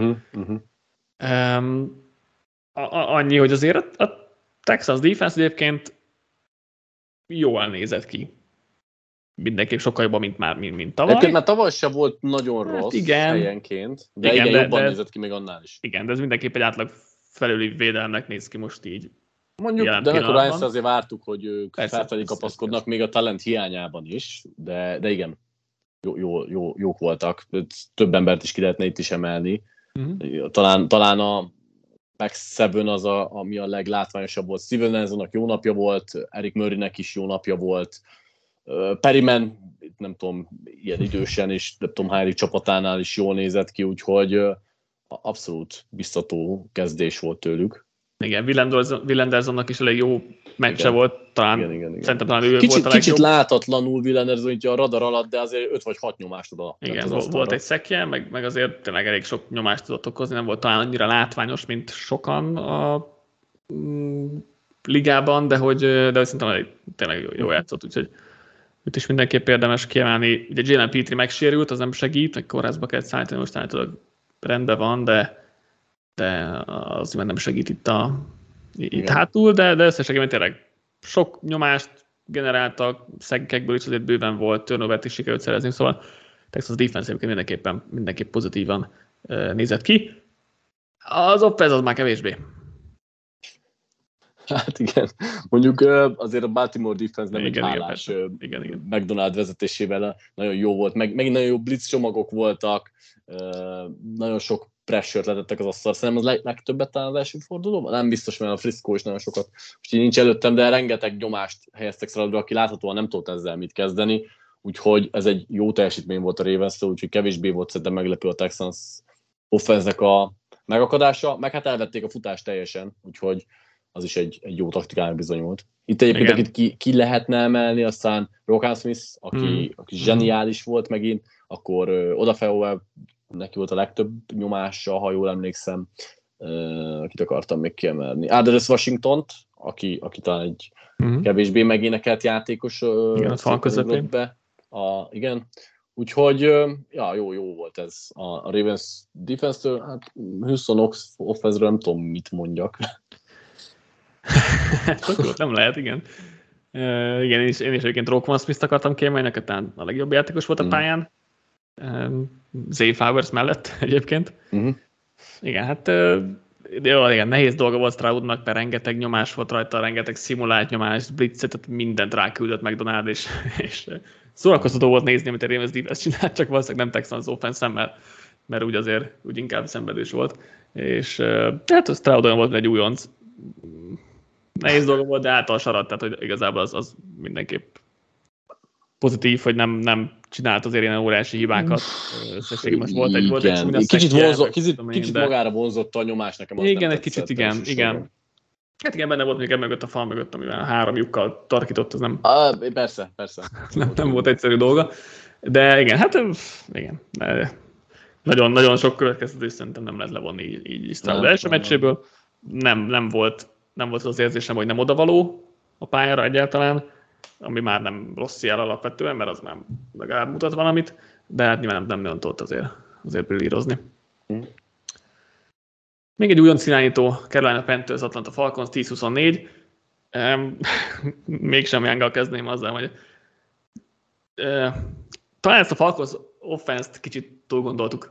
Annyi, hogy azért a Texans defense egyébként jól nézett ki. Mindenképp sokkal jobban, mint tavaly. Egyébként már tavaly sem volt nagyon rossz helyenként, de igen, jobban nézett ki még annál is. Igen, de ez mindenképp egy átlag felüli védelmnek néz ki most így. Mondjuk, de akkor Ryan-szel azért vártuk, hogy ők felfelé kapaszkodnak még a talent hiányában is, de igen, jók voltak. Több embert is ki lehetne itt is emelni. Talán a Max 7 az, ami a leglátványosabb volt. Steven Nelsonnak jó napja volt, Eric Murraynek is jó napja volt, Perryman, nem tudom, ilyen idősen is, nem tudom, hány csapatánál is jól nézett ki, úgyhogy abszolút biztató kezdés volt tőlük. Igen, Will Andersonnak is elég jó meccse volt, talán igen. szerintem talán ő volt a legjobb. Kicsit látatlanul Will Anderson a radar alatt, de azért 5 vagy 6 nyomást oda. Igen, volt egy szekje, meg azért tényleg elég sok nyomást tudott okozni, nem volt talán annyira látványos, mint sokan a ligában, de hogy szerintem tényleg jó játszott, úgyhogy itt is mindenképp érdemes kiemelni. Ugye Jalen Petrie megsérült, az nem segít, meg kórházba kellett szállítani, most állítólag rendben van, de az nem segít itt hátul, de összességében tényleg sok nyomást generáltak, szeggekből is azért bőven volt, turnovert is sikerült szerezni, szóval Texas defense mindenképp pozitívan nézett ki. Az offense az már kevésbé. Hát igen, mondjuk azért a Baltimore defense nem egy hálás McDonald vezetésével nagyon jó volt, megint nagyon jó blitz csomagok voltak, nagyon sok pressure-t letettek az asztalra. Szerintem az legtöbbet talán az első fordulóban? Nem biztos, mert a Frisco is nagyon sokat, most így nincs előttem, de rengeteg nyomást helyeztek szaladra, aki láthatóan nem tudott ezzel mit kezdeni, úgyhogy ez egy jó teljesítmény volt a Ravens-től, úgyhogy kevésbé volt szerintem meglepő a Texans offense-nek a megakadása, meg hát elvették a futást teljesen, úgyhogy az is egy jó taktikának bizonyult. Itt egyébként, akit ki lehetne emelni, aztán Roquan Smith, aki zseniális volt megint, akkor Odafe, neki volt a legtöbb nyomása, ha jól emlékszem, akit akartam még kiemelni. Adres Washingtont, aki talán egy kevésbé megénekelt játékos. Igen, az fal közepén. Igen. Úgyhogy, jó volt ez a Ravens defense-től. Hát Houston offense-ről nem tudom, mit mondjak. Nem lehet, igen. Igen, én is egyébként Roquan Smith-t akartam kiemelni, neked talán a legjobb játékos volt a pályán. Zay Flowers mellett egyébként. Igen, hát igen, nehéz dolga volt Stroudnak, mert rengeteg nyomás volt rajta, rengeteg szimulált nyomás, blitzet, tehát mindent ráküldött McDonald, és szórakoztató volt nézni, amit a Ravens defense csinált, csak valószínűleg nem Texans offense mert úgy azért úgy inkább szenvedős volt. És hát a Stroud olyan volt, egy újonc. Nehéz dolga volt, de által sarat, tehát hogy igazából az mindenképp pozitív, hogy nem csinált azért ilyen óriási hibákat. Összességében most volt egy csúnya kicsit magára vonzott a nyomás nekem. Igen, egy kicsit igen. Hát igen, benne volt még mögött a fal mögött, amivel 3 lyukkal tarkított, az nem... Persze. nem volt egyszerű dolga. De igen, hát igen. Nagyon, nagyon sok következtetés szerintem nem lehet levonni így Stroud első meccséből. Nem volt az érzésem, hogy nem odavaló a pályára egyáltalán, ami már nem rossz jel alapvetően, mert az már legalább mutat valamit, de hát nyilván nem nagyon tudott azért brillírozni. Még egy újonc irányító, Carolina Panthers, Atlanta Falcons 10-24. Mégsem Younggal kezdném azzal, hogy talán ezt a Falcons offense-t kicsit túl gondoltuk.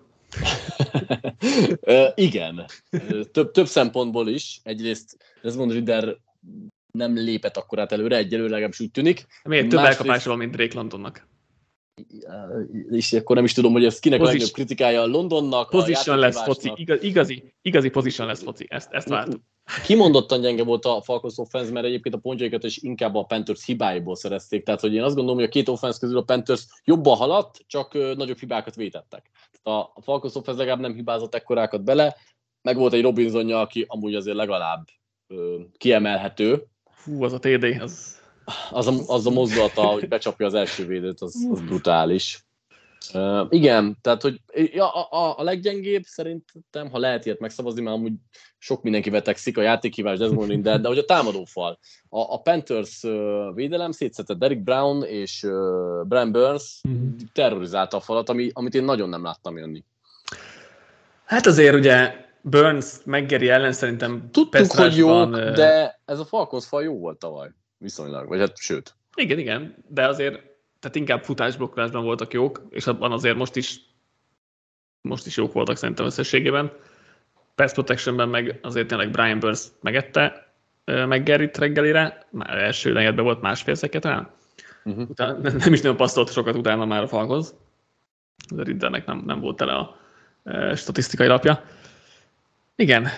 Igen. Több szempontból is. Egyrészt Desmond Ridder nem lépett akkorát előre, egyelőre legalábbis úgy tűnik. Miért több elkapása van, mint Drake Londonnak? És akkor nem is tudom, hogy ez kinek a legjobb kritikája a Londonnak. Position lesz foci, igazi position lesz foci, ezt vártuk. Kimondottan gyenge volt a Falcons offense, mert egyébként a pontjaikat is inkább a Panthers hibáiból szerezték. Tehát, hogy én azt gondolom, hogy a két offense közül a Panthers jobban haladt, csak nagyobb hibákat vétettek. Tehát a Falcons offense legalább nem hibázott ekkorákat bele, meg volt egy Robinsonja, aki amúgy azért legalább kiemelhető. Fú, az a TD, az a mozdulata, hogy becsapja az első védőt, az brutális. Igen, tehát, hogy a leggyengébb szerintem, ha lehet ilyet megszavazni, mert amúgy sok mindenki vetekszik, a játékhívás Desmond Ridder, de hogy a támadófal. A Panthers védelem szétszedett Derrick Brown és Brian Burns terrorizálta a falat, amit én nagyon nem láttam jönni. Hát azért ugye Burns, McGary ellen szerintem tudtuk, hogy jó, de ez a Falcons fal jó volt tavaly, viszonylag, vagy hát sőt. Igen, de azért tehát inkább futásblokkolásban voltak jók, és abban azért most is jók voltak szerintem összességében. Pass protectionben meg azért tényleg Brian Burns megette McGarryt reggelire, már első negyedben volt másfél szeket rá. Utána nem is nagyon passzolt sokat utána már a Falcons. Az Riddernek nem volt tele a statisztikai lapja. Igen,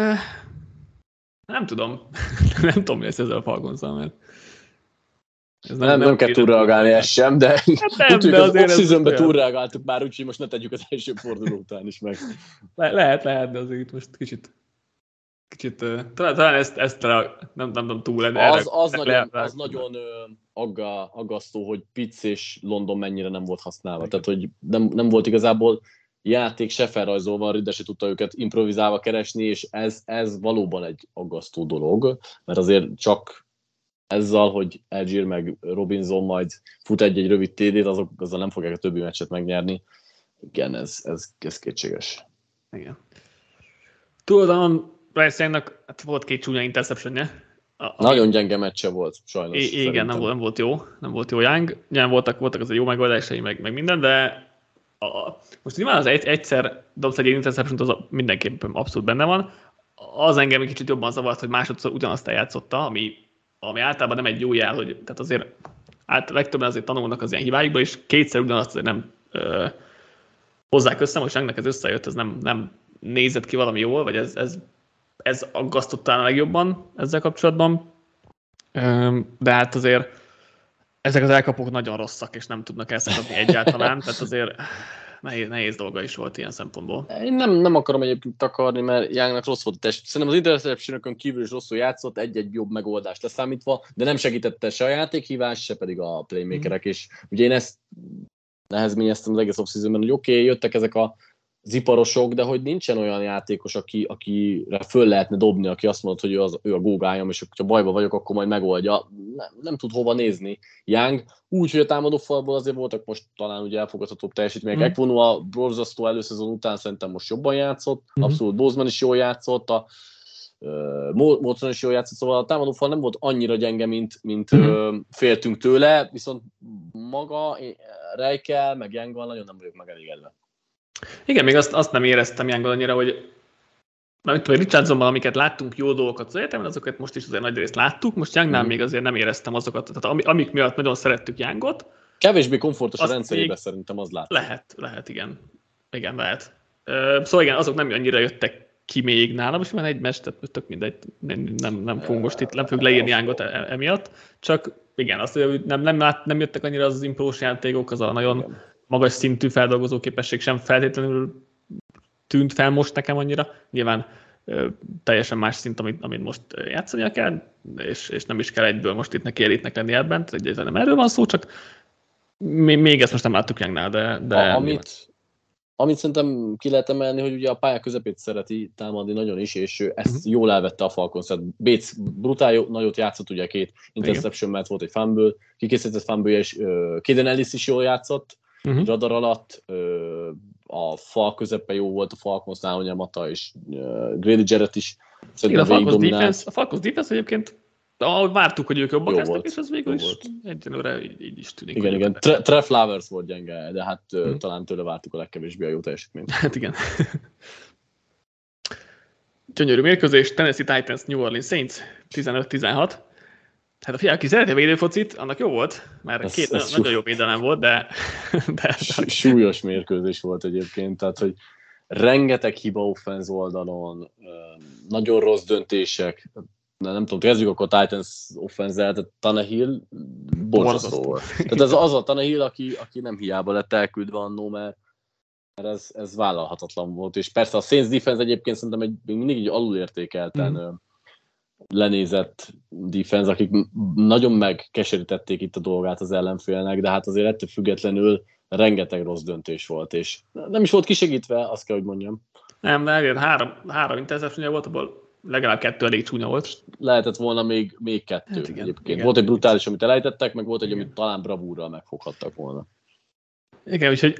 nem tudom, mi lesz ezzel a Falconszal, mert nem kell túlreagálni ezt sem, de hát de az off-seasonben túlreagáltuk már, úgyhogy most ne tegyük az első forduló után is meg. Lehet, de azért most kicsit kicsit, talán ezt nem tudom túl. Az nagyon aggasztó, hogy Pitts és London mennyire nem volt használva. Tehát, hogy nem volt igazából játék se felrajzolva, Ridder se tudta őket improvizálva keresni, és ez valóban egy aggasztó dolog, mert azért csak ezzel, hogy Algier meg Robinson majd fut egy rövid TD-t, azzal nem fogják a többi meccset megnyerni. Igen, ez kétséges. Igen. Tudod, Bryce-nak hát volt 2 csúnya interceptionje. Nagyon gyenge meccse volt, sajnos. Igen, nem volt jó. Nem volt jó Young. Nyilván voltak az a jó megoldásai, meg minden, de most nyilván az egyszer dobsz egy interception, az mindenképpen abszolút benne van. Az engem egy kicsit jobban zavart, hogy másodszor ugyanazt eljátszotta, ami általában nem egy jó jel, hogy tehát azért legtöbben azért tanulnak az ilyen hibáikból, és kétszer ugyanazt azért nem hozzák össze, most Youngnek ez összejött, ez nem nézett ki valami jól, vagy ez aggasztott talán a legjobban ezzel kapcsolatban. De hát azért ezek az elkapók nagyon rosszak, és nem tudnak elszakadni egyáltalán, tehát azért nehéz dolga is volt ilyen szempontból. Én nem akarom egyébként takarni, mert Youngnak rossz volt a test. Szerintem az interceptionökön kívül is rosszul játszott, egy jobb megoldást leszámítva, de nem segítette se a játékhívás, se pedig a playmakerek, és ugye én ezt nehezményeztem az egész off-seasonben, hogy oké, jöttek ezek az iparosok, de hogy nincsen olyan játékos, akire föl lehetne dobni, aki azt mondod, hogy ő a gógályom, és ha bajba vagyok, akkor majd megoldja. Nem tud hova nézni Young. Úgy, hogy a támadó falból azért voltak most talán ugye elfogadhatóbb teljesítmények. Ekvonu a borzasztó előszezon után szerintem most jobban játszott, abszolút Bozeman is jól játszott, a Módson is jól játszott, szóval a támadó fal nem volt annyira gyenge, mint féltünk tőle, viszont maga Reichel, meg Younggal nagyon nem vagyok megelégedve. Igen, még azt nem éreztem Younggal annyira, hogy Richardsonban, amiket láttunk, jó dolgokat az egyetemen, azokat most is azért nagy részt láttuk, most Youngnál még azért nem éreztem azokat, tehát amik miatt nagyon szerettük Youngot. Kevésbé komfortos a rendszerében szerintem az látszik. Lehet, igen. Igen, lehet. Szóval igen, azok nem annyira jöttek ki még nálam, és van egy meccs, tehát tök mindegy, nem fogunk most itt, nem fogjuk leírni Youngot emiatt, csak igen, azt, hogy nem jöttek annyira az imprós játékok, az a nagyon magas szintű feldolgozó képesség sem feltétlenül tűnt fel most nekem annyira. Nyilván teljesen más szint, amit most játszania kell, és nem is kell egyből most itt neki elitnek lenni ebben, egyáltalán nem erről van szó, csak még ezt most nem láttuk Youngnál, de amit szerintem ki lehet emelni, hogy ugye a pályák közepét szereti támadni nagyon is, és ezt jól elvette a Falcons. Tehát Bates brutál nagyot játszott, ugye 2 interception mellett volt egy fumble, kikészített fumble, és Kaden Ellis is jól játszott, radar alatt, a fal közepe jó volt a Falconsnál, ugye Mata és Grady Jarrett is szerintem végig dominált. A Falcons defense egyébként, ahogy vártuk, hogy ők jobbak lesznek, és az végül is egyenlőre így is tűnik. Igen. Trey Flowers volt gyenge, de hát talán tőle vártuk a legkevésbé a jó teljesítményt. Hát igen. Gyönyörű mérkőzés, Tennessee Titans, New Orleans Saints, 15-16. Hát a fiú, aki szereti a védőfocit, annak jó volt, mert két nagyon jó védelem volt, de... Súlyos mérkőzés volt egyébként, tehát, hogy rengeteg hiba offense oldalon, nagyon rossz döntések, nem tudom, kezdjük akkor a Titans offense-el, tehát Tannehill borzasztó volt. Tehát ez az a Tannehill, aki nem hiába lett elküldve annó, mert ez vállalhatatlan volt, és persze a Saints defense egyébként szerintem még mindig így alulértékelten lenézett defense, akik nagyon megkeserítették itt a dolgát az ellenfélnek, de hát azért ettől függetlenül rengeteg rossz döntés volt, és nem is volt kisegítve, azt kell, hogy mondjam. Nem, de három interceptionja volt, abból legalább 2 elég csúnya volt. Lehetett volna még 2 hát egyébként. Igen, volt egy brutális, amit elejtettek, meg volt egy, amit talán bravúrral megfoghattak volna. Igen, úgyhogy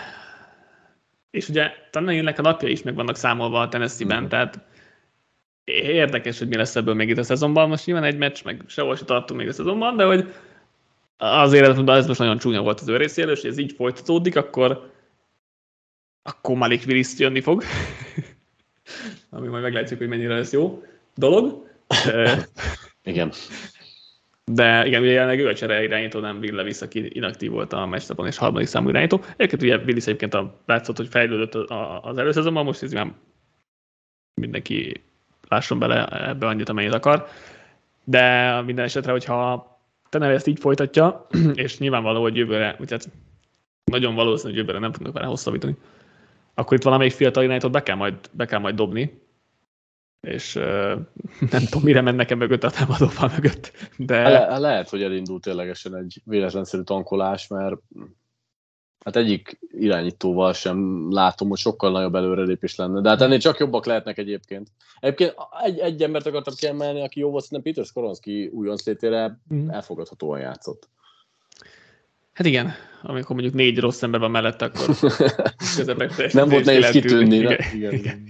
és ugye Tannehillnek a napja is meg vannak számolva a Tennessee-ben, tehát érdekes, hogy mi lesz ebből még itt a szezonban. Most nyilván egy meccs, meg sehol se tartunk még a szezonban, de hogy azért ez most nagyon csúnya volt az ő részéről, és ez így folytatódik, akkor Malik Willis jönni fog. Ami majd meglátjuk, hogy mennyire lesz jó dolog. Igen. De igen, ugye jelenleg ő a csere irányító, nem Will Levis, aki inaktív volt a meccsnapon, és harmadik számú irányító. Egyébként ugye Willis egyébként látszott, hogy fejlődött az előszezonban, most ez már mindenki lásson bele ebbe annyit, amennyit akar. De minden esetre, hogyha Tannehill ezt így folytatja, és nyilvánvaló, hogy jövőre, úgyhogy nagyon valószínű, hogy jövőre nem tudnak vele hosszabbítani, akkor itt valamelyik fiatal irányítót be kell majd dobni. és nem tudom, mire mennek mögött a támadófal mögött, de... Lehet, hogy elindult ténylegesen egy véletlenszerű tankolás, mert hát egyik irányítóval sem látom, hogy sokkal nagyobb előrelépés lenne, de hát ennél csak jobbak lehetnek egyébként. Egyébként egy embert akartam kiemelni, aki jó volt, szerintem Peter Skoronski újonclétére elfogadhatóan játszott. Hát igen, amikor mondjuk 4 rossz ember van mellette, akkor nem volt nehéz kitűnni. Igen.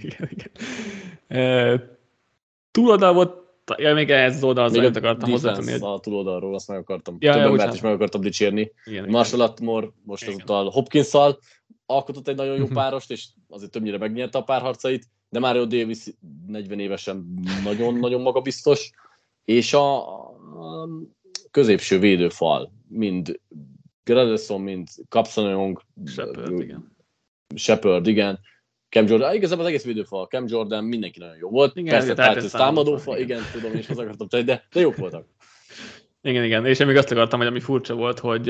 Túloldal volt, még ehhez az oldal azért akartam hozzátenni. A túloldalról azt meg akartam. Több embert is meg akartam dicsérni. Marshall Atmore most ezúttal Hopkins-szal alkotott egy nagyon jó párost, és azért többnyire megnyerte a párharcait, de Mario Davis 40 évesen nagyon-nagyon magabiztos, és a középső védőfal, mind Gradesson, mind Capson-Young, Shepard, igen. Cam Jordan, igazából az egész védőfal, Cam Jordan, mindenki nagyon jó volt. Igen, persze, Titus támadófal, igen, tudom, és azt akartam tenni, de jók voltak. Igen, és én még azt akartam, hogy ami furcsa volt, hogy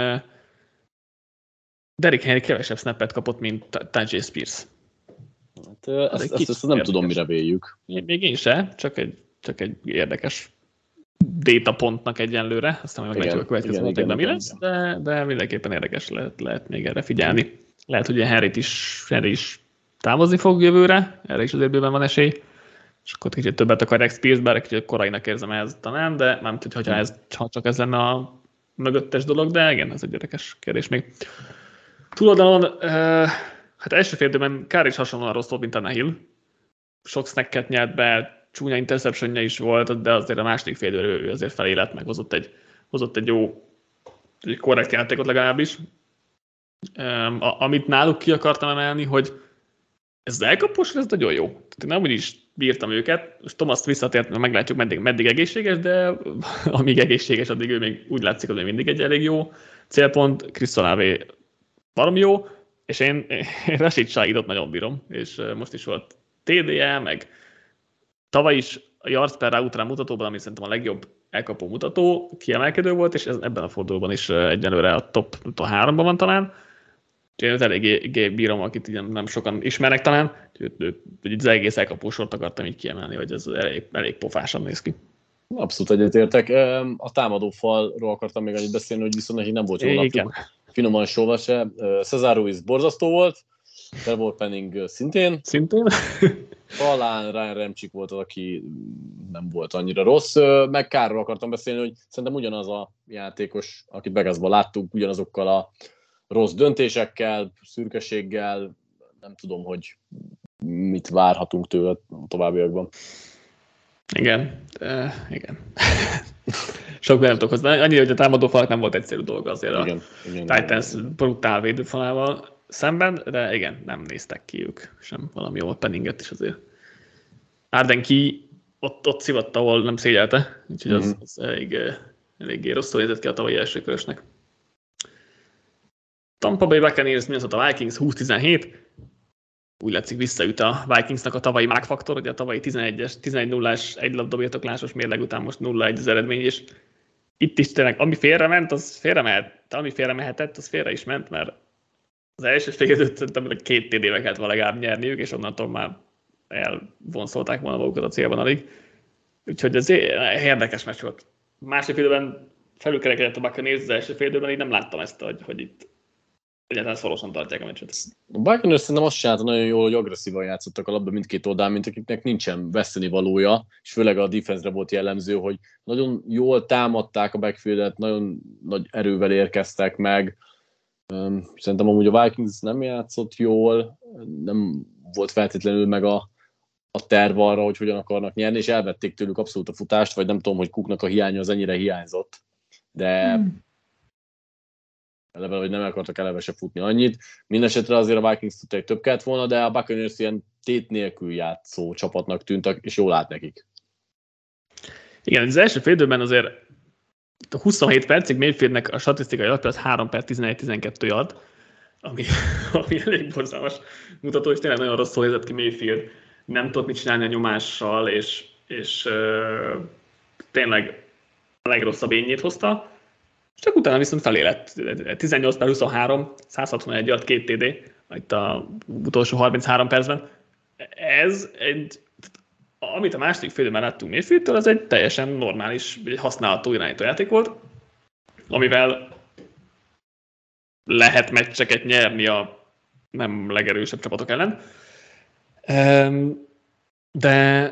Derrick Henry kevesebb snappet kapott, mint Tajay Spears. Hát, ezt nem tudom, mire véljük. Még én se, csak egy érdekes datapontnak egyenlőre, aztán majd meglátjuk a következő hónapokban mi lesz, de mindenképpen érdekes lehet még erre figyelni. Lehet, hogy Henry is távozni fog jövőre, erre is azért bőven van esély, és akkor kicsit többet akarják Spears, bár kicsit korainak érzem ehhez talán, de mármint, ha csak ez lenne a mögöttes dolog, de igen, ez egy érdekes kérdés még. Túloldalon, hát első fél időben Kár is hasonlóan rossz volt, mint a Hill. Sok snacket nyert be, csúnya interceptionje is volt, de azért a második fél időben ő azért felé lett, meg hozott egy jó, egy korrekt játékot legalábbis. Amit náluk ki akartam emelni, hogy ez az elkapós, ez nagyon jó. Tehát én nem úgy is bírtam őket, most Thomas visszatért, mert meglátjuk meddig egészséges, de amíg egészséges, addig ő még úgy látszik, hogy még mindig egy elég jó célpont. Chris Olave valami jó, és én Rashid Shahidot nagyon bírom, és most is volt TD-je, meg tavaly is a yards per route mutatóban, ami szerintem a legjobb elkapó mutató, kiemelkedő volt, és ebben a fordulóban is egyelőre a top 3-ban van talán. Én őt eléggé bírom, akit így nem sokan ismernek talán, hogy az egész elkapósort akartam így kiemelni, hogy ez elég pofásan néz ki. Abszolút egyetértek. A támadófalról akartam még annyit beszélni, hogy viszont neki nem volt jó napjuk. Finoman sóval se. Cesar Ruiz borzasztó volt, Trevor Penning szintén. Talán Ryan Ramczyk volt az, aki nem volt annyira rossz. Meg Kárról akartam beszélni, hogy szerintem ugyanaz a játékos, akit Vegasban láttuk, ugyanazokkal a rossz döntésekkel, szürkeséggel, nem tudom, hogy mit várhatunk tőle a továbbiakban. Igen. Sok nem tudok hozzá. Annyira, hogy a támadófalak nem volt egyszerű dolga azért a Titans brutál védőfalával szemben, de igen, nem néztek ki ők sem valami jól, Penninget is azért. Arden Key ott szivatta, ahol nem szégyelte, úgyhogy az eléggé rosszul nézett ki a tavalyi első körösnek. Tampa Bay Buccaneers, Minnesota Vikings 20-17. Úgy látszik, visszaüt a Vikingsnak a tavalyi mágfaktor, ugye a tavalyi 11-0-ás egylabdabirtoklásos mérleg után most 0-1 az eredmény, és itt is tényleg, ami félrement, az félremehet, ami félremehetett, az félre is ment, mert az első fél időt szerintem 2 TD-vel kellett legalább nyerniük, és onnantól már elvonszolták volna magukat a célban alig. Úgyhogy ez érdekes meccs volt. Másik időben felülkerekedett a Buccaneers, az első fél időben így nem láttam ezt, hogy itt egyáltalán szorosan tartják a meccset. A Buccaneers szerintem azt csinálta nagyon jól, hogy agresszívan játszottak a labda mindkét oldalán, mint akiknek nincsen veszteni valója, és főleg a defense-re volt jellemző, hogy nagyon jól támadták a backfieldet, nagyon nagy erővel érkeztek meg. Szerintem amúgy a Vikings nem játszott jól, nem volt feltétlenül meg a terv arra, hogy hogyan akarnak nyerni, és elvették tőlük abszolút a futást, vagy nem tudom, hogy Cooknak a hiánya az ennyire hiányzott, de eleve, hogy nem akartak eleve se futni annyit. Mindenesetre azért a Vikings tudták több kellett volna, de a Buccaneers ilyen tét nélkül játszó csapatnak tűntek, és jól lát nekik. Igen, az első fél időben azért 27 percig Mayfieldnek a statisztikai alapja az 3/11-12 yard, ami elég borzalmas mutató, és tényleg nagyon rosszul nézett ki Mayfield. Nem tudott mit csinálni a nyomással, és tényleg a legrosszabb énnyét hozta. Csak utána viszont felé lett 18/23, 161 yard, 2 TD, itt a utolsó 33 percben. Ez egy amit a második félidőben láttunk Mayfieldtől, az egy teljesen normális, egy használható irányító játék volt, amivel lehet meccseket nyerni a nem legerősebb csapatok ellen. De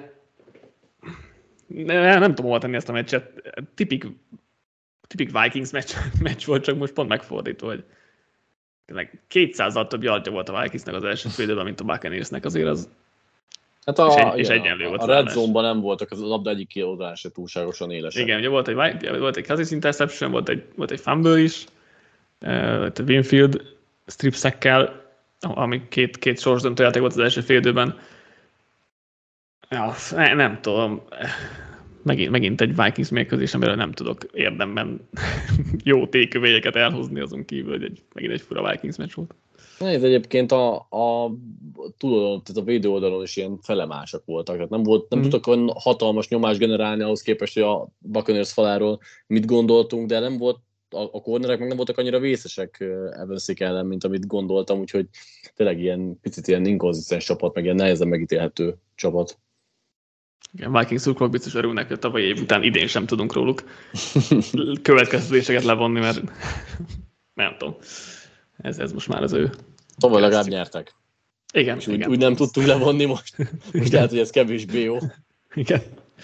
nem tudom hova tenni ezt a meccset. Tipik Vikings meccs volt, csak most pont megfordítva, hogy 200-al több yardja volt a Vikingsnek az első félidőben, mint a Buccaneersnek, azért az hát és egyenlő volt. A red zone-ban nem voltak, az a labda egyik oldalán se túlságosan élesek. Igen, ugye volt egy Cousins interception, volt egy fumble is, a Winfield strip sackkel, ami két sorsdöntő játék volt az első félidőben. Ja, nem tudom. Megint egy Vikings mérkőzés, amiről nem tudok érdemben jó tékövélyeket elhozni, azon kívül, hogy megint egy fura Vikings meccs volt. Ez egyébként tehát a védő oldalon is ilyen felemásak voltak, tehát nem tudtak olyan hatalmas nyomást generálni ahhoz képest, hogy a Buccaneers faláról mit gondoltunk, de nem volt, a cornerek meg nem voltak annyira vészesek Evansék ellen, mint amit gondoltam, úgyhogy tényleg picit ilyen inkonzisztens csapat, meg ilyen nehezen megítélhető csapat. Igen, Vikings szurkolók biztos örülnek, hogy tavalyi év után idén sem tudunk róluk következtetéseket levonni, mert nem tudom. Ez most már az ő... Tavaly legalább nyertek. Igen, és igen. Úgy nem tudtunk levonni most. Most lehet, hogy ez kevésbé jó. Igen.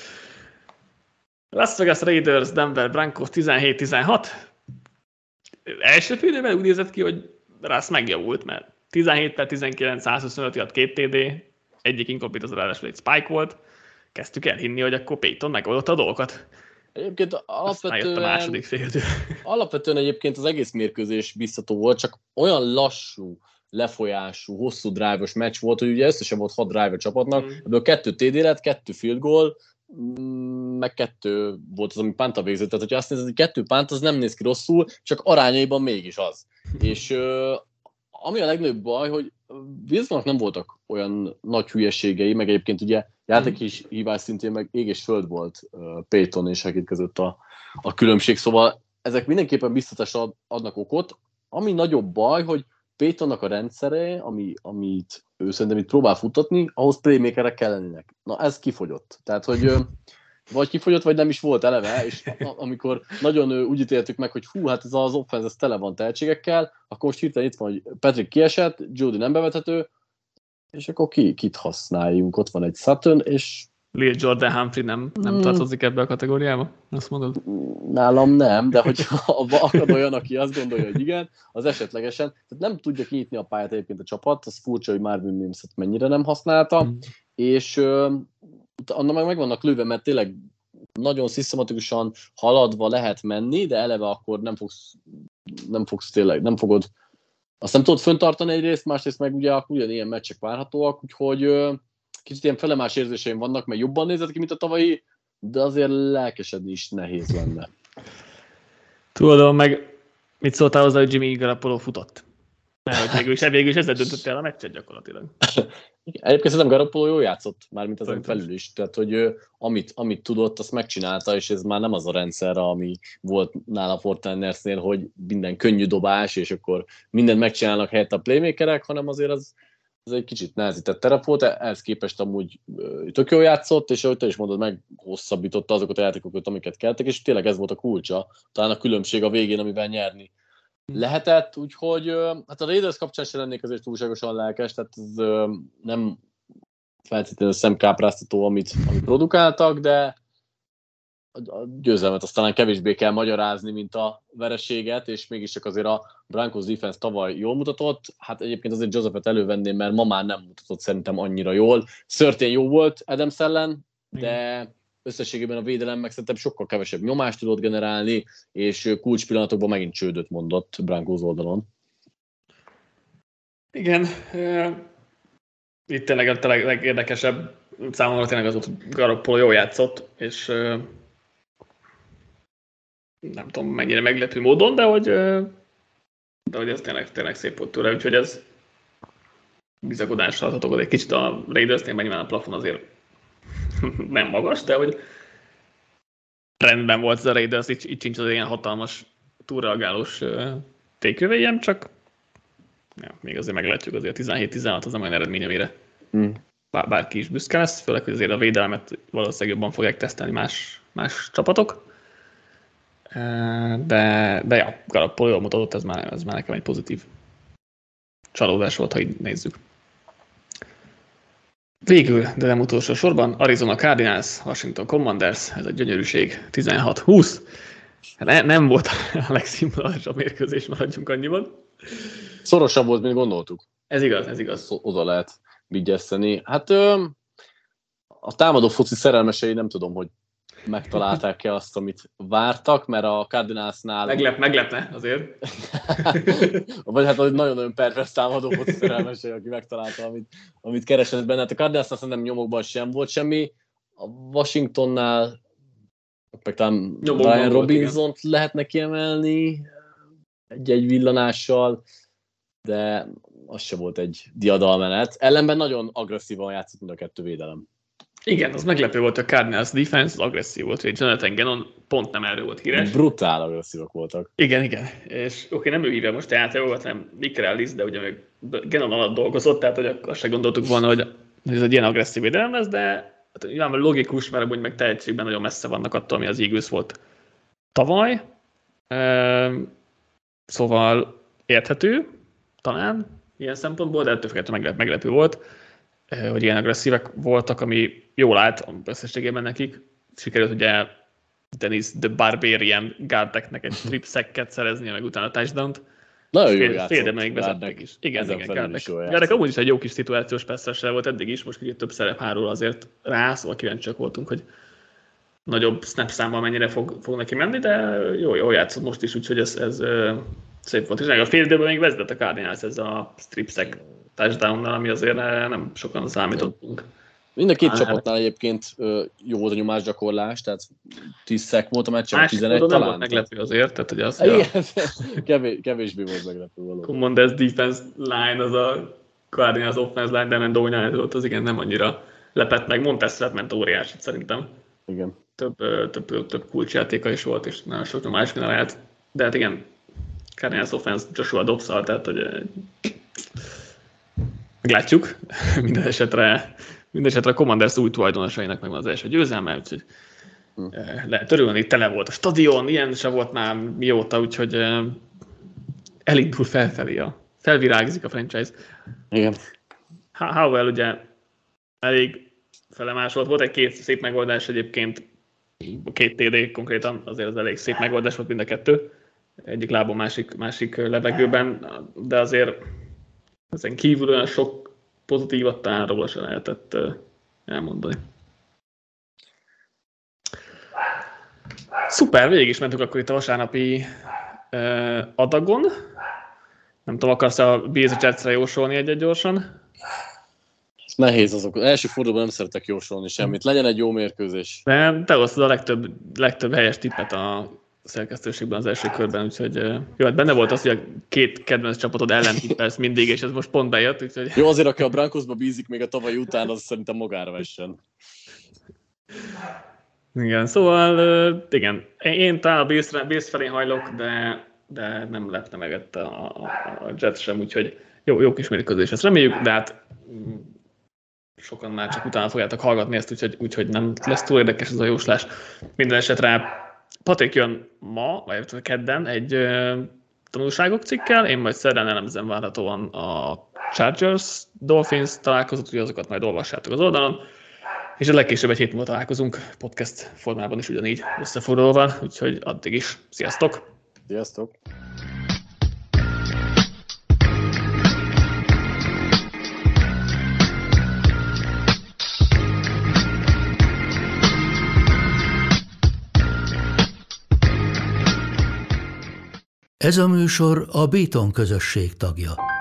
Las Vegas Raiders, Denver Broncos 17-16. Első félidőben úgy nézett ki, hogy Russ megjavult, mert 17-19, 125 jött 2 TD, egyik incomplete az ráadásul egy spike volt. Kezdtük elhinni, hogy akkor Peyton megoldotta a dolgokat. Egyébként alapvetően egyébként az egész mérkőzés biztató volt, csak olyan lassú, lefolyású, hosszú drive-os meccs volt, hogy ugye összesen volt 6 drive a csapatnak, ebből 2 TD lett, 2 field goal, meg 2 volt az, ami pánta végzett. Tehát, hogyha azt nézed, hogy 2 pánt, az nem néz ki rosszul, csak arányaiban mégis az. És ami a legnagyobb baj, hogy Wilsonnak nem voltak olyan nagy hülyeségei, meg egyébként ugye játék is hívás szintén meg ég és föld volt Peyton és Hackett között a különbség, szóval ezek mindenképpen biztatást adnak okot. Ami nagyobb baj, hogy Peytonnak a rendszere, amit ő szerintem itt próbál futtatni, ahhoz playmakerek kellenének. Na ez kifogyott. Tehát, hogy vagy kifogyott, vagy nem is volt eleve, és amikor nagyon úgy ítéltük meg, hogy hát ez az offense tele van tehetségekkel, akkor most hirtelen itt van, hogy Patrick kiesett, Jody nem bevethető, és akkor kit használjunk? Ott van egy Sutton, és... Lil Jordan Humphrey nem tartozik ebbe a kategóriába? Azt mondod? Nálam nem, de hogyha akad olyan, aki azt gondolja, hogy igen, az esetlegesen. Tehát nem tudja kinyitni a pályát egyébként a csapat, az furcsa, hogy Marvin Mims-et mennyire nem használta, és annak meg vannak lőve, mert tényleg nagyon szisztematikusan haladva lehet menni, de eleve akkor nem fogod azt nem tudod föntartani egyrészt, másrészt meg ugye ugyanilyen meccsek várhatóak, úgyhogy kicsit ilyen felemás érzéseim vannak, mert jobban nézett ki, mint a tavalyi, de azért lelkesedni is nehéz lenne. Tudom, meg mit szóltál hozzá, hogy Jimmy Garoppolo futott? Mert végül is ezzel döntötte el a meccset gyakorlatilag. Egyébként szerintem Garoppolo jól játszott, mármint ezen felül is. Tehát, hogy amit tudott, azt megcsinálta, és ez már nem az a rendszer, ami volt nála Fortninersnél, hogy minden könnyű dobás, és akkor mindent megcsinálnak helyett a playmakerek, hanem azért az egy kicsit nehezített terep volt, ehhez képest amúgy tök jól játszott, és ahogy te is mondod, meghosszabbította azokat a játékokat, amiket keltek, és tényleg ez volt a kulcsa, talán a különbség a végén, amivel nyerni lehetett, úgyhogy hát a Raiders kapcsán sem lennék azért túlságosan lelkes, tehát ez nem feltétlenül szemkápráztató, amit produkáltak, de a győzelmet azt talán kevésbé kell magyarázni, mint a vereséget, és mégis csak azért a Broncos defense tavaly jól mutatott, hát egyébként azért Josephet elővenném, mert ma már nem mutatott szerintem annyira jól. Szörtén jó volt Adams ellen, de összességében a védelem meg szerintem sokkal kevesebb nyomást tudott generálni, és kulcspillanatokban megint csődöt mondott Broncos oldalon. Igen, itt tényleg a legérdekesebb számomra tényleg az ott Garoppolo jól játszott, és nem tudom mennyire meglepő módon, de hogy ez tényleg szép volt tőle, úgyhogy ez bizakodásra adhatok, egy kicsit a Raidersnél, mert nyilván a plafon azért nem magas, de hogy rendben volt ez a Raiders, itt sincs az ilyen hatalmas túlreagálós tékövéjem, csak még azért meglátjuk, azért 17-16 az nem olyan eredmény, amire bárki is büszke lesz, főleg, hogy azért a védelmet valószínűleg jobban fogják tesztelni más csapatok. De ja, Garoppolo jól mutatott, ez már nekem egy pozitív csalódás volt, ha így nézzük. Végül, de nem utolsó sorban, Arizona Cardinals, Washington Commanders, ez egy gyönyörűség, 16-20. Hát nem volt a legszínvonalasabb mérkőzés, maradjunk annyiban. Szorosabb volt, mint gondoltuk. Ez igaz. Oda lehet vigyeszteni. Hát a támadó foci szerelmesei nem tudom, hogy megtalálták-e azt, amit vártak, mert a Cardinalsnál... Meglepne azért. Vagy hát nagyon-nagyon pervers támadó foci szerelmesei, aki megtalálta, amit keresett benne. Hát a Cardinalsnál szerintem nyomokban sem volt semmi. A Washingtonnál meg talán Brian Robinsont lehetne kiemelni egy villanással, de az se volt egy diadalmenet. Ellenben nagyon agresszívan játszott mind a kettő védelem. Igen, az meglepő volt, a Cardinals defense, az agresszív volt, hogy Jonathan Gannon pont nem erről volt híres. Brutál agresszívak voltak. Igen. És oké, nem ő hívja most a játékokat, hanem Nick Ellis, de ugye még Gannon alatt dolgozott, tehát hogy azt se gondoltuk volna, hogy ez egy ilyen agresszív védelem lesz, de hát, nyilván logikus, mert úgy meg tehetségben nagyon messze vannak attól, ami az Eagles volt tavaly. Szóval érthető, talán ilyen szempontból, de ettől függetlenül meglepő volt, hogy ilyen agresszívek voltak, ami jól állt összességében nekik. Sikerült ugye Dennis the Barbarian Gardeknek egy strip sacket szereznie, meg utána touchdown-t. Nagyon jól játszott. Fél még vezettek is. Igen, Gardek amúgy is egy jó kis szituációs passzessel volt eddig is, most kicsit több szerep hárul azért rá, szóval kíváncsiak voltunk, hogy nagyobb snap számmal mennyire fog neki menni, de jól játszott most is, úgyhogy ez szép volt. És a fél időben még vezetett a Cardinals ez a strip sack touchdownnal, ami azért nem sokan számítottunk. Mind a két csapatnál egyébként jó volt a nyomásgyakorlás, tehát 10 sack volt a meccsen, 11 talán. Nem volt meglepő azért, tehát hogy az... Kevésbé volt meglepő valóban. Commanders defense line, az a Cardinals offense line, de nem dominálzott, az igen nem annyira lepett meg. Montez ment óriásit szerintem. Igen. Több kulcsjátéka is volt, és nagyon sok nyomás generált. De hát igen, Cardinals offense Joshua Dobbs-szal, tehát hogy meglátjuk. Minden esetre a Commanders új tulajdonosainak megvan az első győzelme, úgyhogy lehet örülni, tele volt a stadion, ilyen se volt már mióta, úgyhogy elindul felfelé, felvirágzik a franchise. Igen. Howell ugye elég felemásolt, volt egy két szép megoldás egyébként, 2 TD konkrétan, azért az elég szép megoldás volt mind a kettő, egyik lábon, másik levegőben, de azért ezen kívül olyan sok pozitívat talán róla se lehetett elmondani. Szuper, végig is mentünk akkor itt a vasárnapi adagon. Nem tudom, akarsz a Bills Jetsre jósolni egy gyorsan? Nehéz azok. Az első fordulóban nem szeretek jósolni semmit. Legyen egy jó mérkőzés. De te hoztad a legtöbb helyes tippet a szerkesztőségben az első körben, úgyhogy jó, hát benne volt az, hogy a két kedvenc csapatod ellen tippelsz mindig, és ez most pont bejött, úgyhogy... Jó, azért aki a Broncosba bízik még a tavalyi után, az szerintem magára vessen. Igen, szóval igen, én talán a Bills felé hajlok, de nem lepne meg a Jets sem, úgyhogy jó kis mérkőzés, ezt reméljük, de hát sokan már csak utána fogjátok hallgatni ezt, úgyhogy nem lesz túl érdekes ez a jóslás. Minden esetre Patrik jön ma, vagy kedden egy tanulságok cikkel, én majd szerdán elemzem várhatóan a Chargers-Dolphins találkozót, úgyhogy azokat majd olvassátok az oldalon, és a legkésőbb egy hét múlva találkozunk podcast formában is ugyanígy összefoglalóval, úgyhogy addig is. Sziasztok! Sziasztok! Ez a műsor a Béton közösség tagja.